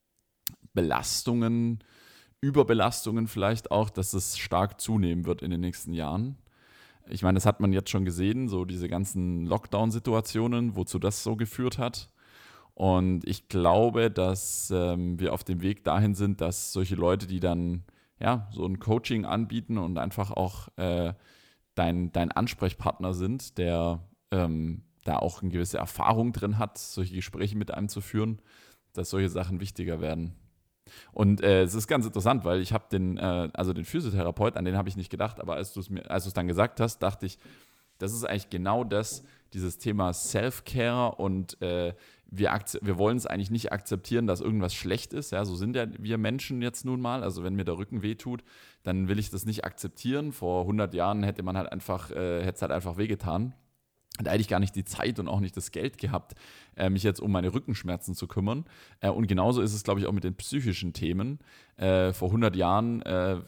Belastungen, Überbelastungen vielleicht auch, dass es stark zunehmen wird in den nächsten Jahren. Ich meine, das hat man jetzt schon gesehen, so diese ganzen Lockdown-Situationen, wozu das so geführt hat. Und ich glaube, dass wir auf dem Weg dahin sind, dass solche Leute, die dann ja so ein Coaching anbieten und einfach auch dein Ansprechpartner sind, der da auch eine gewisse Erfahrung drin hat, solche Gespräche mit einem zu führen, dass solche Sachen wichtiger werden. Und es ist ganz interessant, weil ich habe den Physiotherapeut, an den habe ich nicht gedacht, aber als du es dann gesagt hast, dachte ich, das ist eigentlich genau das, dieses Thema Self-Care und wir wollen es eigentlich nicht akzeptieren, dass irgendwas schlecht ist. Ja, so sind ja wir Menschen jetzt nun mal. Also wenn mir der Rücken wehtut, dann will ich das nicht akzeptieren. Vor 100 Jahren hätte es halt einfach wehgetan. Da hätte ich gar nicht die Zeit und auch nicht das Geld gehabt, mich jetzt um meine Rückenschmerzen zu kümmern. Und genauso ist es, glaube ich, auch mit den psychischen Themen. Vor 100 Jahren,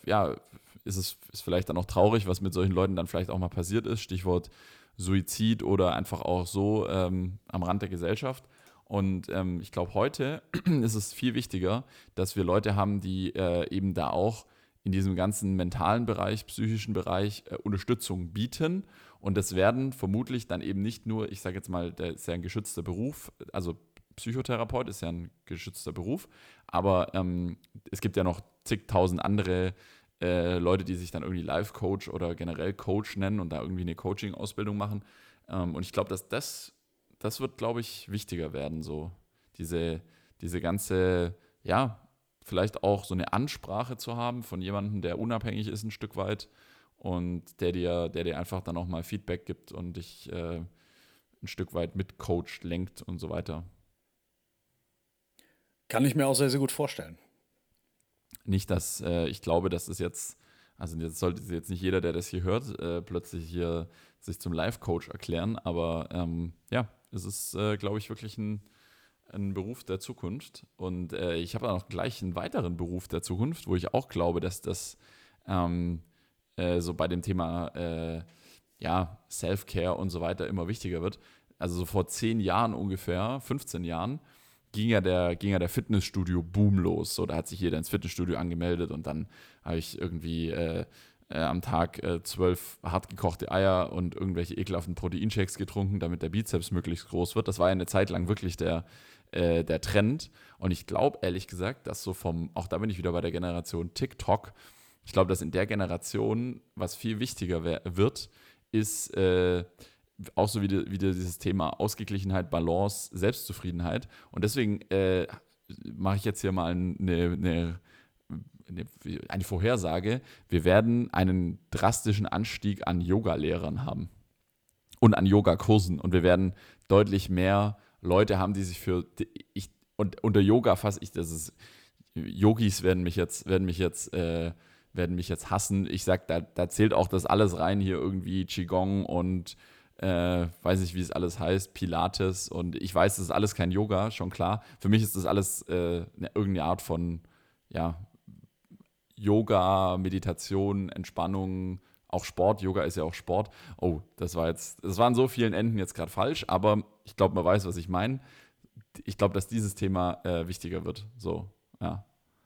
ist vielleicht dann auch traurig, was mit solchen Leuten dann vielleicht auch mal passiert ist. Stichwort Suizid oder einfach auch so am Rand der Gesellschaft. Und ich glaube, heute ist es viel wichtiger, dass wir Leute haben, die eben da auch in diesem ganzen mentalen Bereich, psychischen Bereich Unterstützung bieten. Und das werden vermutlich dann eben nicht nur, ich sage jetzt mal, der ist ja ein geschützter Beruf, also Psychotherapeut ist ja ein geschützter Beruf, aber es gibt ja noch zigtausend andere Leute, die sich dann irgendwie Life-Coach oder generell Coach nennen und da irgendwie eine Coaching-Ausbildung machen. Und ich glaube, dass das wird, glaube ich, wichtiger werden, so diese ganze, ja, vielleicht auch so eine Ansprache zu haben von jemandem, der unabhängig ist ein Stück weit und der dir einfach dann auch mal Feedback gibt und dich ein Stück weit mitcoacht, lenkt und so weiter. Kann ich mir auch sehr, sehr gut vorstellen. Nicht, dass ich glaube, dass es jetzt, also jetzt sollte jetzt nicht jeder, der das hier hört, plötzlich hier sich zum Life-Coach erklären, aber ja, es ist, glaube ich, wirklich ein Beruf der Zukunft. Und ich habe auch noch gleich einen weiteren Beruf der Zukunft, wo ich auch glaube, dass das so bei dem Thema Self-Care und so weiter immer wichtiger wird. Also so vor 10 Jahren ungefähr, 15 Jahren, ging ja der Fitnessstudio-Boom los. So, da hat sich jeder ins Fitnessstudio angemeldet und dann habe ich irgendwie am Tag 12 hartgekochte Eier und irgendwelche ekelhaften Proteinshakes getrunken, damit der Bizeps möglichst groß wird. Das war ja eine Zeit lang wirklich der Trend. Und ich glaube, ehrlich gesagt, dass auch da bin ich wieder bei der Generation TikTok, ich glaube, dass in der Generation, was viel wichtiger wird, ist auch so wieder dieses Thema Ausgeglichenheit, Balance, Selbstzufriedenheit. Und deswegen mache ich jetzt hier mal eine Vorhersage. Wir werden einen drastischen Anstieg an Yoga-Lehrern haben und an Yogakursen. Und wir werden deutlich mehr Leute haben, die sich und unter Yoga fasse ich, das ist, Yogis werden mich jetzt hassen. Ich sag, da zählt auch das alles rein, hier irgendwie Qigong und weiß nicht, wie es alles heißt, Pilates und ich weiß, das ist alles kein Yoga, schon klar. Für mich ist das alles irgendeine Art von Yoga, Meditation, Entspannung, auch Sport. Yoga ist ja auch Sport. Oh, das war an so vielen Enden jetzt gerade falsch, aber ich glaube, man weiß, was ich meine. Ich glaube, dass dieses Thema wichtiger wird. So, ja.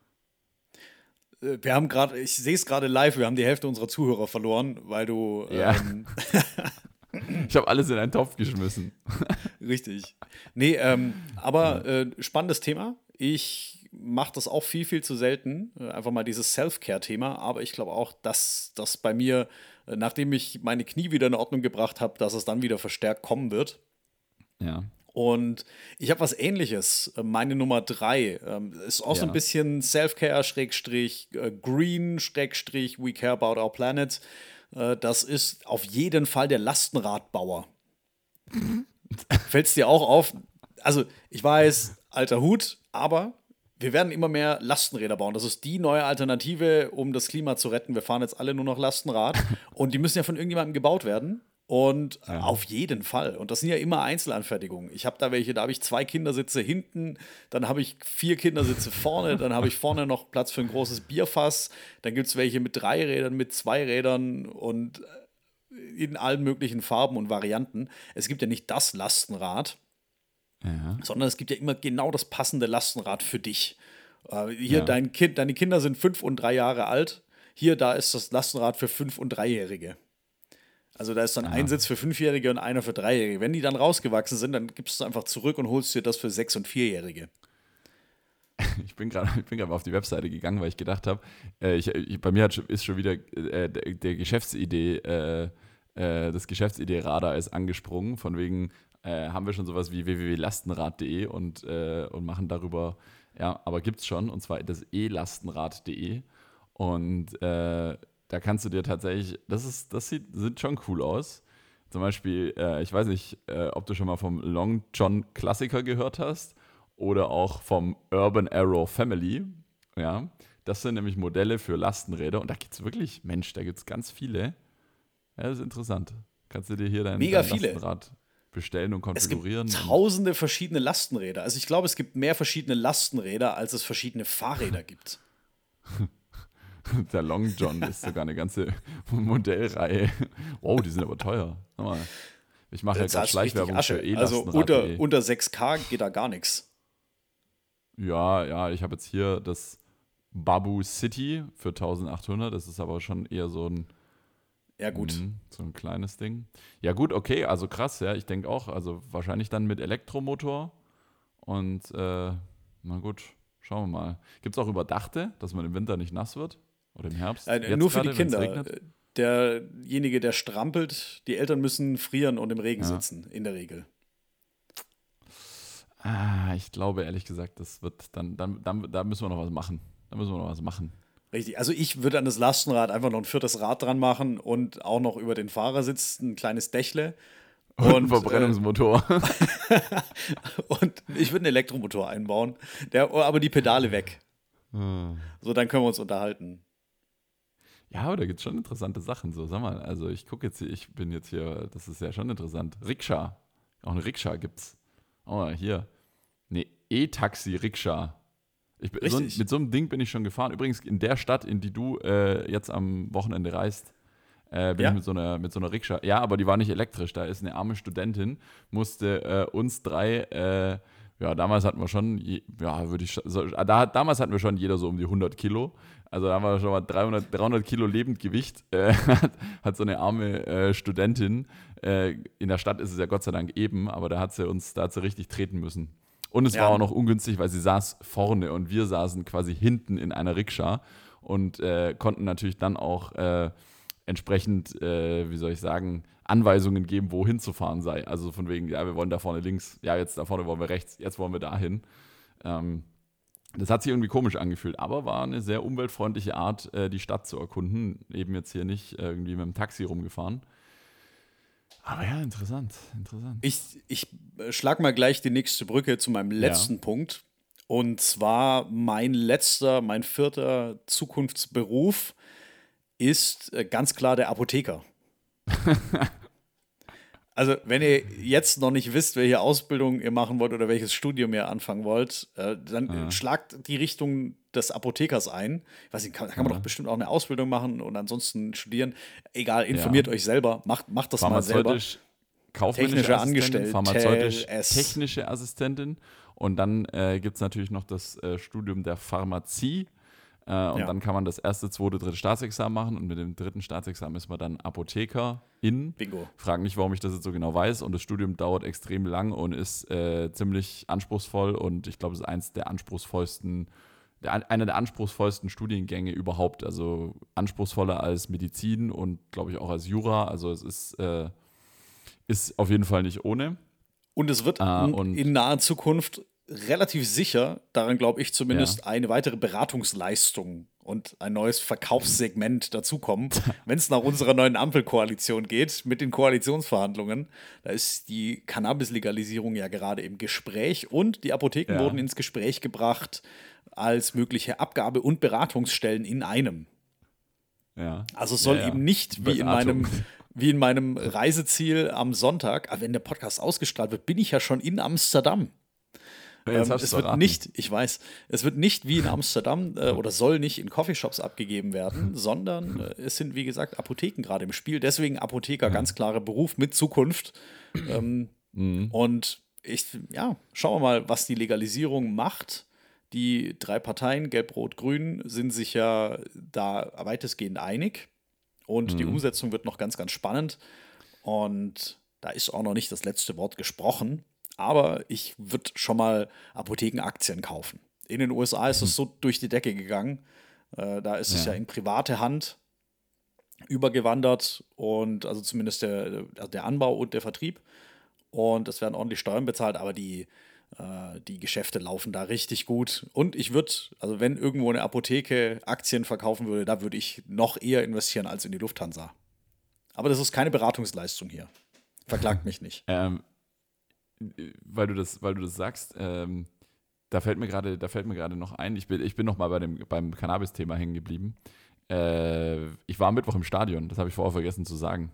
Wir haben gerade, ich sehe es gerade live, wir haben die Hälfte unserer Zuhörer verloren, weil du. Ja. Ich habe alles in einen Topf geschmissen. Richtig. Nee, aber spannendes Thema. Ich mache das auch viel, viel zu selten. Einfach mal dieses Self-Care-Thema. Aber ich glaube auch, dass das bei mir, nachdem ich meine Knie wieder in Ordnung gebracht habe, dass es dann wieder verstärkt kommen wird. Ja. Und ich habe was Ähnliches. Meine Nummer 3 ist auch so ein bisschen Self-Care, Green, We care about our planet. Das ist auf jeden Fall der Lastenradbauer. Fällt es dir auch auf? Also, ich weiß, alter Hut, aber wir werden immer mehr Lastenräder bauen. Das ist die neue Alternative, um das Klima zu retten. Wir fahren jetzt alle nur noch Lastenrad und die müssen ja von irgendjemandem gebaut werden. Und auf jeden Fall. Und das sind ja immer Einzelanfertigungen. Ich habe da welche, da habe ich 2 Kindersitze hinten, dann habe ich 4 Kindersitze vorne, dann habe ich vorne noch Platz für ein großes Bierfass. Dann gibt es welche mit 3 Rädern, mit 2 Rädern und in allen möglichen Farben und Varianten. Es gibt ja nicht das Lastenrad, sondern es gibt ja immer genau das passende Lastenrad für dich. Hier, deine Kinder sind 5 und 3 Jahre alt. Hier, da ist das Lastenrad für 5- und 3-Jährige. Also da ist dann ein Sitz für 5-Jährige und einer für 3-Jährige. Wenn die dann rausgewachsen sind, dann gibst du einfach zurück und holst dir das für 6- und 4-Jährige. Ich bin gerade auf die Webseite gegangen, weil ich gedacht habe, bei mir ist schon wieder der Geschäftsidee, das Geschäftsidee-Radar ist angesprungen. Von wegen haben wir schon sowas wie www.lastenrad.de und machen darüber, ja, aber gibt's schon, und zwar das elastenrad.de. Und da kannst du dir tatsächlich, sieht schon cool aus. Zum Beispiel, ich weiß nicht, ob du schon mal vom Long John Klassiker gehört hast oder auch vom Urban Arrow Family. Ja, das sind nämlich Modelle für Lastenräder und da gibt es wirklich, Mensch, da gibt es ganz viele. Ja, das ist interessant. Kannst du dir hier dein Lastenrad bestellen und konfigurieren. Es gibt tausende verschiedene Lastenräder. Also ich glaube, es gibt mehr verschiedene Lastenräder, als es verschiedene Fahrräder gibt. Der Long John ist sogar eine ganze Modellreihe. Wow, die sind aber teuer. Ich mache ja gerade Schleichwerbung für E-Lastenrad. Also unter 6K geht da gar nichts. Ja, ich habe jetzt hier das Babu City für 1800. Das ist aber schon eher so ein so ein kleines Ding. Ja gut, okay, also krass, ja. Ich denke auch, also wahrscheinlich dann mit Elektromotor und na gut, schauen wir mal. Gibt es auch Überdachte, dass man im Winter nicht nass wird? Oder im Herbst? Nur für die Kinder. Derjenige, der strampelt, die Eltern müssen frieren und im Regen sitzen, in der Regel. Ich glaube ehrlich gesagt, das wird da müssen wir noch was machen. Da müssen wir noch was machen. Richtig, also ich würde an das Lastenrad einfach noch ein 4. Rad dran machen und auch noch über den Fahrersitz ein kleines Dächle. Und ein Verbrennungsmotor. Und ich würde einen Elektromotor einbauen, aber die Pedale weg. So, dann können wir uns unterhalten. Ja, aber da gibt es schon interessante Sachen. So, sag mal, also ich bin jetzt hier, das ist ja schon interessant. Rikscha. Auch eine Rikscha gibt's. Oh, hier. Ne, E-Taxi-Rikscha. Mit so einem Ding bin ich schon gefahren. Übrigens, in der Stadt, in die du jetzt am Wochenende reist, bin ich mit so einer Rikscha. Ja, aber die war nicht elektrisch. Da ist eine arme Studentin, musste uns 3, damals hatten wir schon, damals hatten wir schon jeder so um die 100 Kilo. Also da haben wir schon mal 300 Kilo Lebendgewicht, hat so eine arme Studentin. In der Stadt ist es ja Gott sei Dank eben, aber da hat sie richtig treten müssen. Und es war auch noch ungünstig, weil sie saß vorne und wir saßen quasi hinten in einer Rikscha und konnten natürlich dann auch entsprechend, wie soll ich sagen, Anweisungen geben, wohin zu fahren sei. Also von wegen, ja, wir wollen da vorne links, ja, jetzt da vorne wollen wir rechts, jetzt wollen wir dahin. Das hat sich irgendwie komisch angefühlt, aber war eine sehr umweltfreundliche Art, die Stadt zu erkunden. Eben jetzt hier nicht irgendwie mit dem Taxi rumgefahren. Aber ja, interessant. Ich schlag mal gleich die nächste Brücke zu meinem letzten Punkt. Und zwar mein 4. Zukunftsberuf ist ganz klar der Apotheker. Also, wenn ihr jetzt noch nicht wisst, welche Ausbildung ihr machen wollt oder welches Studium ihr anfangen wollt, dann schlagt die Richtung des Apothekers ein. Ich weiß nicht, da kann man doch bestimmt auch eine Ausbildung machen und ansonsten studieren. Egal, informiert euch selber, macht das mal selber. Kaufmännische Assistentin, pharmazeutisch-technische Assistentin. Und dann gibt es natürlich noch das Studium der Pharmazie. Dann kann man das 1., 2., 3. Staatsexamen machen und mit dem 3. Staatsexamen ist man dann Apothekerin. Bingo. Frag nicht, warum ich das jetzt so genau weiß. Und das Studium dauert extrem lang und ist ziemlich anspruchsvoll und ich glaube, es ist einer der anspruchsvollsten Studiengänge überhaupt. Also anspruchsvoller als Medizin und glaube ich auch als Jura. Also es ist auf jeden Fall nicht ohne. Und es wird in naher Zukunft relativ sicher, daran glaube ich zumindest, eine weitere Beratungsleistung und ein neues Verkaufssegment dazukommen. Wenn es nach unserer neuen Ampelkoalition geht, mit den Koalitionsverhandlungen, da ist die Cannabis-Legalisierung ja gerade im Gespräch und die Apotheken wurden ins Gespräch gebracht als mögliche Abgabe- und Beratungsstellen in einem. Ja. Also es soll eben nicht wie in meinem Reiseziel am Sonntag, aber wenn der Podcast ausgestrahlt wird, bin ich ja schon in Amsterdam. Es wird nicht, ich weiß, es wird nicht wie in Amsterdam oder soll nicht in Coffeeshops abgegeben werden, sondern es sind, wie gesagt, Apotheken gerade im Spiel. Deswegen Apotheker, ganz klarer Beruf mit Zukunft. Und schauen wir mal, was die Legalisierung macht. Die 3 Parteien, Gelb, Rot, Grün, sind sich ja da weitestgehend einig. Und die Umsetzung wird noch ganz, ganz spannend. Und da ist auch noch nicht das letzte Wort gesprochen. Aber ich würde schon mal Apothekenaktien kaufen. In den USA ist es so durch die Decke gegangen. Da ist es ja in private Hand übergewandert und also zumindest der Anbau und der Vertrieb. Und es werden ordentlich Steuern bezahlt, aber die Geschäfte laufen da richtig gut. Und ich würde, also wenn irgendwo eine Apotheke Aktien verkaufen würde, da würde ich noch eher investieren als in die Lufthansa. Aber das ist keine Beratungsleistung hier. Verklagt mich nicht. Weil du das sagst, da fällt mir gerade noch ein, ich bin noch mal beim Cannabis-Thema hängen geblieben. Ich war am Mittwoch im Stadion, das habe ich vorher vergessen zu sagen.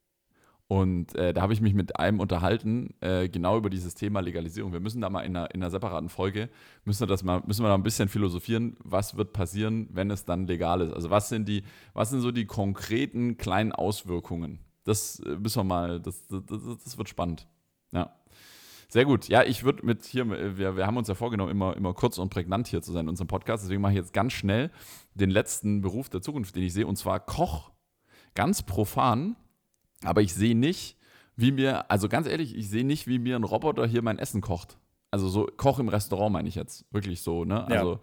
Und da habe ich mich mit einem unterhalten, genau über dieses Thema Legalisierung. Wir müssen da mal in einer separaten Folge, müssen wir da ein bisschen philosophieren, was wird passieren, wenn es dann legal ist. Also was sind so die konkreten kleinen Auswirkungen? Das müssen wir mal, das wird spannend. Ja. Sehr gut. Ja, ich würde wir haben uns ja vorgenommen, immer kurz und prägnant hier zu sein in unserem Podcast. Deswegen mache ich jetzt ganz schnell den letzten Beruf der Zukunft, den ich sehe, und zwar Koch. Ganz profan, aber ich sehe nicht, also ganz ehrlich, ich sehe nicht, wie mir ein Roboter hier mein Essen kocht. Also so Koch im Restaurant meine ich jetzt. Wirklich so, ne? Also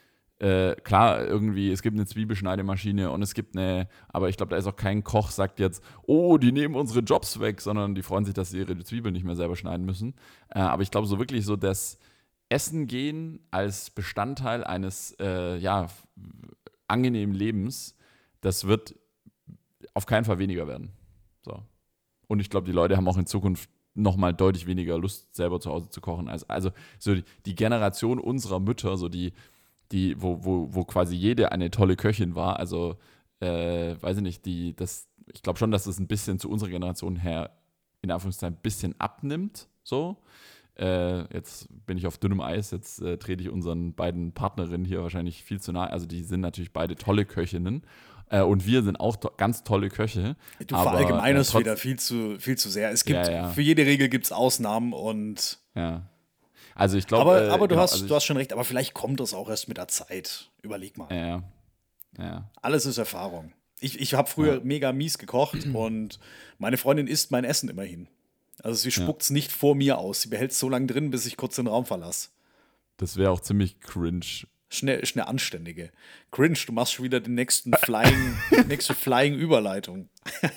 klar, irgendwie, es gibt eine Zwiebelschneidemaschine und aber ich glaube, da ist auch kein Koch, sagt jetzt, oh, die nehmen unsere Jobs weg, sondern die freuen sich, dass sie ihre Zwiebeln nicht mehr selber schneiden müssen. Aber ich glaube so wirklich so, das Essen gehen als Bestandteil eines, angenehmen Lebens, das wird auf keinen Fall weniger werden. So. Und ich glaube, die Leute haben auch in Zukunft nochmal deutlich weniger Lust, selber zu Hause zu kochen. Also so die Generation unserer Mütter, so wo quasi jede eine tolle Köchin war, also weiß ich nicht, ich glaube schon, dass das ein bisschen zu unserer Generation her, in Anführungszeichen, ein bisschen abnimmt, so. Jetzt bin ich auf dünnem Eis, jetzt trete ich unseren beiden Partnerinnen hier wahrscheinlich viel zu nahe, also die sind natürlich beide tolle Köchinnen und wir sind auch ganz tolle Köche. Du verallgemeinerst wieder viel zu sehr. Es gibt, für jede Regel gibt es Ausnahmen und also ich glaube, aber du hast schon recht, aber vielleicht kommt das auch erst mit der Zeit. Überleg mal. Ja. Alles ist Erfahrung. Ich habe früher mega mies gekocht und meine Freundin isst mein Essen immerhin. Also sie spuckt es nicht vor mir aus. Sie behält es so lange drin, bis ich kurz den Raum verlasse. Das wäre auch ziemlich cringe. Schnell anständige. Cringe, du machst schon wieder die nächste Flying-Überleitung.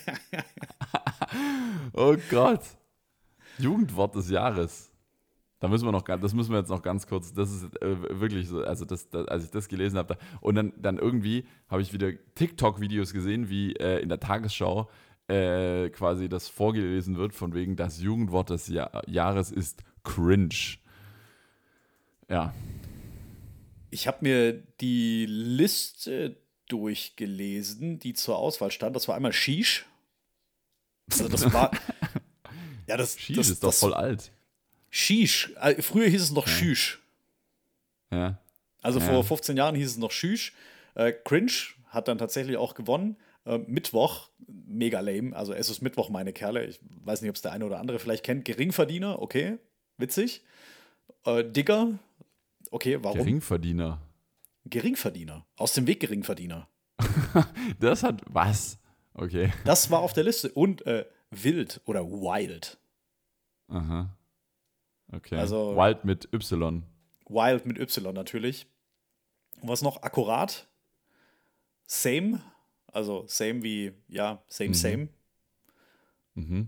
Oh Gott. Jugendwort des Jahres. Das müssen wir jetzt noch ganz kurz, das ist wirklich so, also als ich das gelesen habe, und dann irgendwie habe ich wieder TikTok-Videos gesehen, wie in der Tagesschau quasi das vorgelesen wird, von wegen, das Jugendwort des Jahres ist cringe. Ja. Ich habe mir die Liste durchgelesen, die zur Auswahl stand. Das war einmal Shish. Also das war, Shish ist doch voll alt. Shish. Früher hieß es noch Shish. Ja. Also vor 15 Jahren hieß es noch Shish. Cringe hat dann tatsächlich auch gewonnen. Mittwoch, mega lame. Also es ist Mittwoch, meine Kerle. Ich weiß nicht, ob es der eine oder andere vielleicht kennt. Geringverdiener, okay, witzig. Digger, okay, warum? Geringverdiener. Aus dem Weg Geringverdiener. Das hat was? Okay. Das war auf der Liste. Und wild oder wild. Aha. Okay. Also, Wild mit Y. Wild mit Y natürlich. Und was noch? Akkurat. Same. Also same wie, same. Mhm.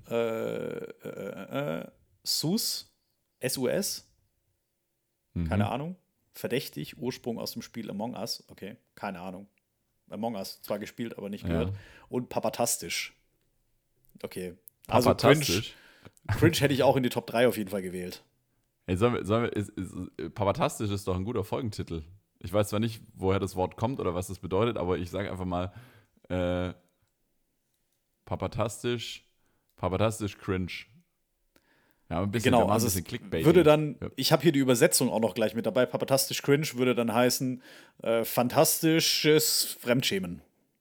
SUS. SUS. Keine Ahnung. verdächtig, Ursprung aus dem Spiel Among Us. Okay, keine Ahnung. Among Us zwar gespielt, aber nicht gehört. Und Papatastisch. Okay. Also Cringe hätte ich auch in die Top 3 auf jeden Fall gewählt. Hey, Papatastisch ist doch ein guter Folgentitel. Ich weiß zwar nicht, woher das Wort kommt oder was das bedeutet, aber ich sage einfach mal Papatastisch cringe. Ja, ein bisschen, genau, also ein bisschen Clickbaiting. Würde dann, ich habe hier die Übersetzung auch noch gleich mit dabei, Papatastisch cringe würde dann heißen fantastisches Fremdschämen.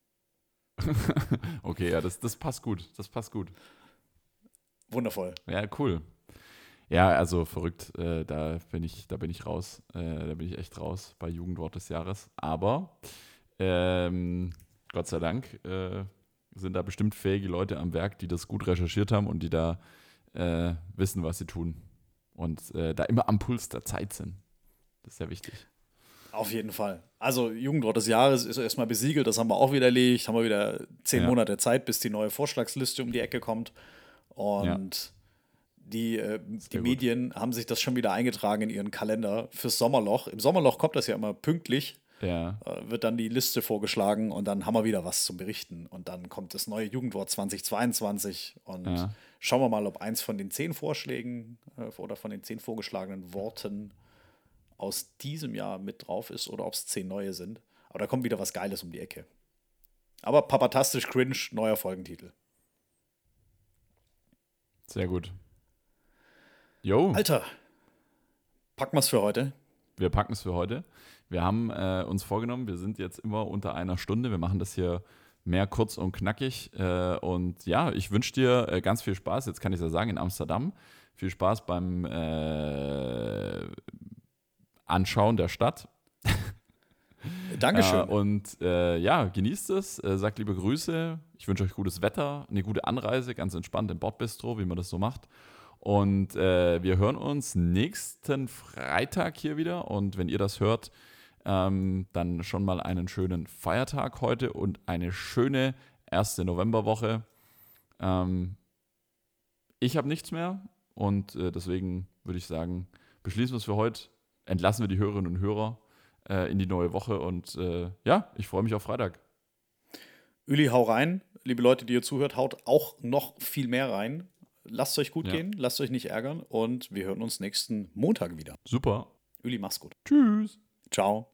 Okay, ja, das passt gut. Das passt gut. Wundervoll. Ja, cool. Ja, also verrückt, da bin ich raus. Da bin ich echt raus bei Jugendwort des Jahres. Aber Gott sei Dank sind da bestimmt fähige Leute am Werk, die das gut recherchiert haben und die da wissen, was sie tun. Und da immer am Puls der Zeit sind. Das ist sehr wichtig. Auf jeden Fall. Also Jugendwort des Jahres ist erstmal besiegelt, das haben wir auch wieder erledigt. Haben wir wieder 10 Monate Zeit, bis die neue Vorschlagsliste um die Ecke kommt. Und die Medien haben sich das schon wieder eingetragen in ihren Kalender fürs Sommerloch. Im Sommerloch kommt das ja immer pünktlich. Ja. Wird dann die Liste vorgeschlagen und dann haben wir wieder was zum Berichten. Und dann kommt das neue Jugendwort 2022 und schauen wir mal, ob eins von den 10 Vorschlägen oder von den 10 vorgeschlagenen Worten aus diesem Jahr mit drauf ist oder ob es 10 neue sind. Aber da kommt wieder was Geiles um die Ecke. Aber Papatastisch cringe, neuer Folgentitel. Sehr gut. Jo. Alter, packen wir es für heute? Wir packen es für heute. Wir haben uns vorgenommen, wir sind jetzt immer unter einer Stunde. Wir machen das hier mehr kurz und knackig. Und ja, ich wünsche dir ganz viel Spaß, jetzt kann ich es ja sagen, in Amsterdam. Viel Spaß beim Anschauen der Stadt. Dankeschön. Und genießt es, sagt liebe Grüße. Ich wünsche euch gutes Wetter, eine gute Anreise, ganz entspannt im Bordbistro, wie man das so macht. Und wir hören uns nächsten Freitag hier wieder. Und wenn ihr das hört, dann schon mal einen schönen Feiertag heute und eine schöne erste Novemberwoche. Ich habe nichts mehr und deswegen würde ich sagen, beschließen wir es für heute, entlassen wir die Hörerinnen und Hörer in die neue Woche und ich freue mich auf Freitag. Uli, hau rein. Liebe Leute, die ihr zuhört, haut auch noch viel mehr rein. Lasst euch gut gehen, lasst euch nicht ärgern und wir hören uns nächsten Montag wieder. Super. Uli, mach's gut. Tschüss. Ciao.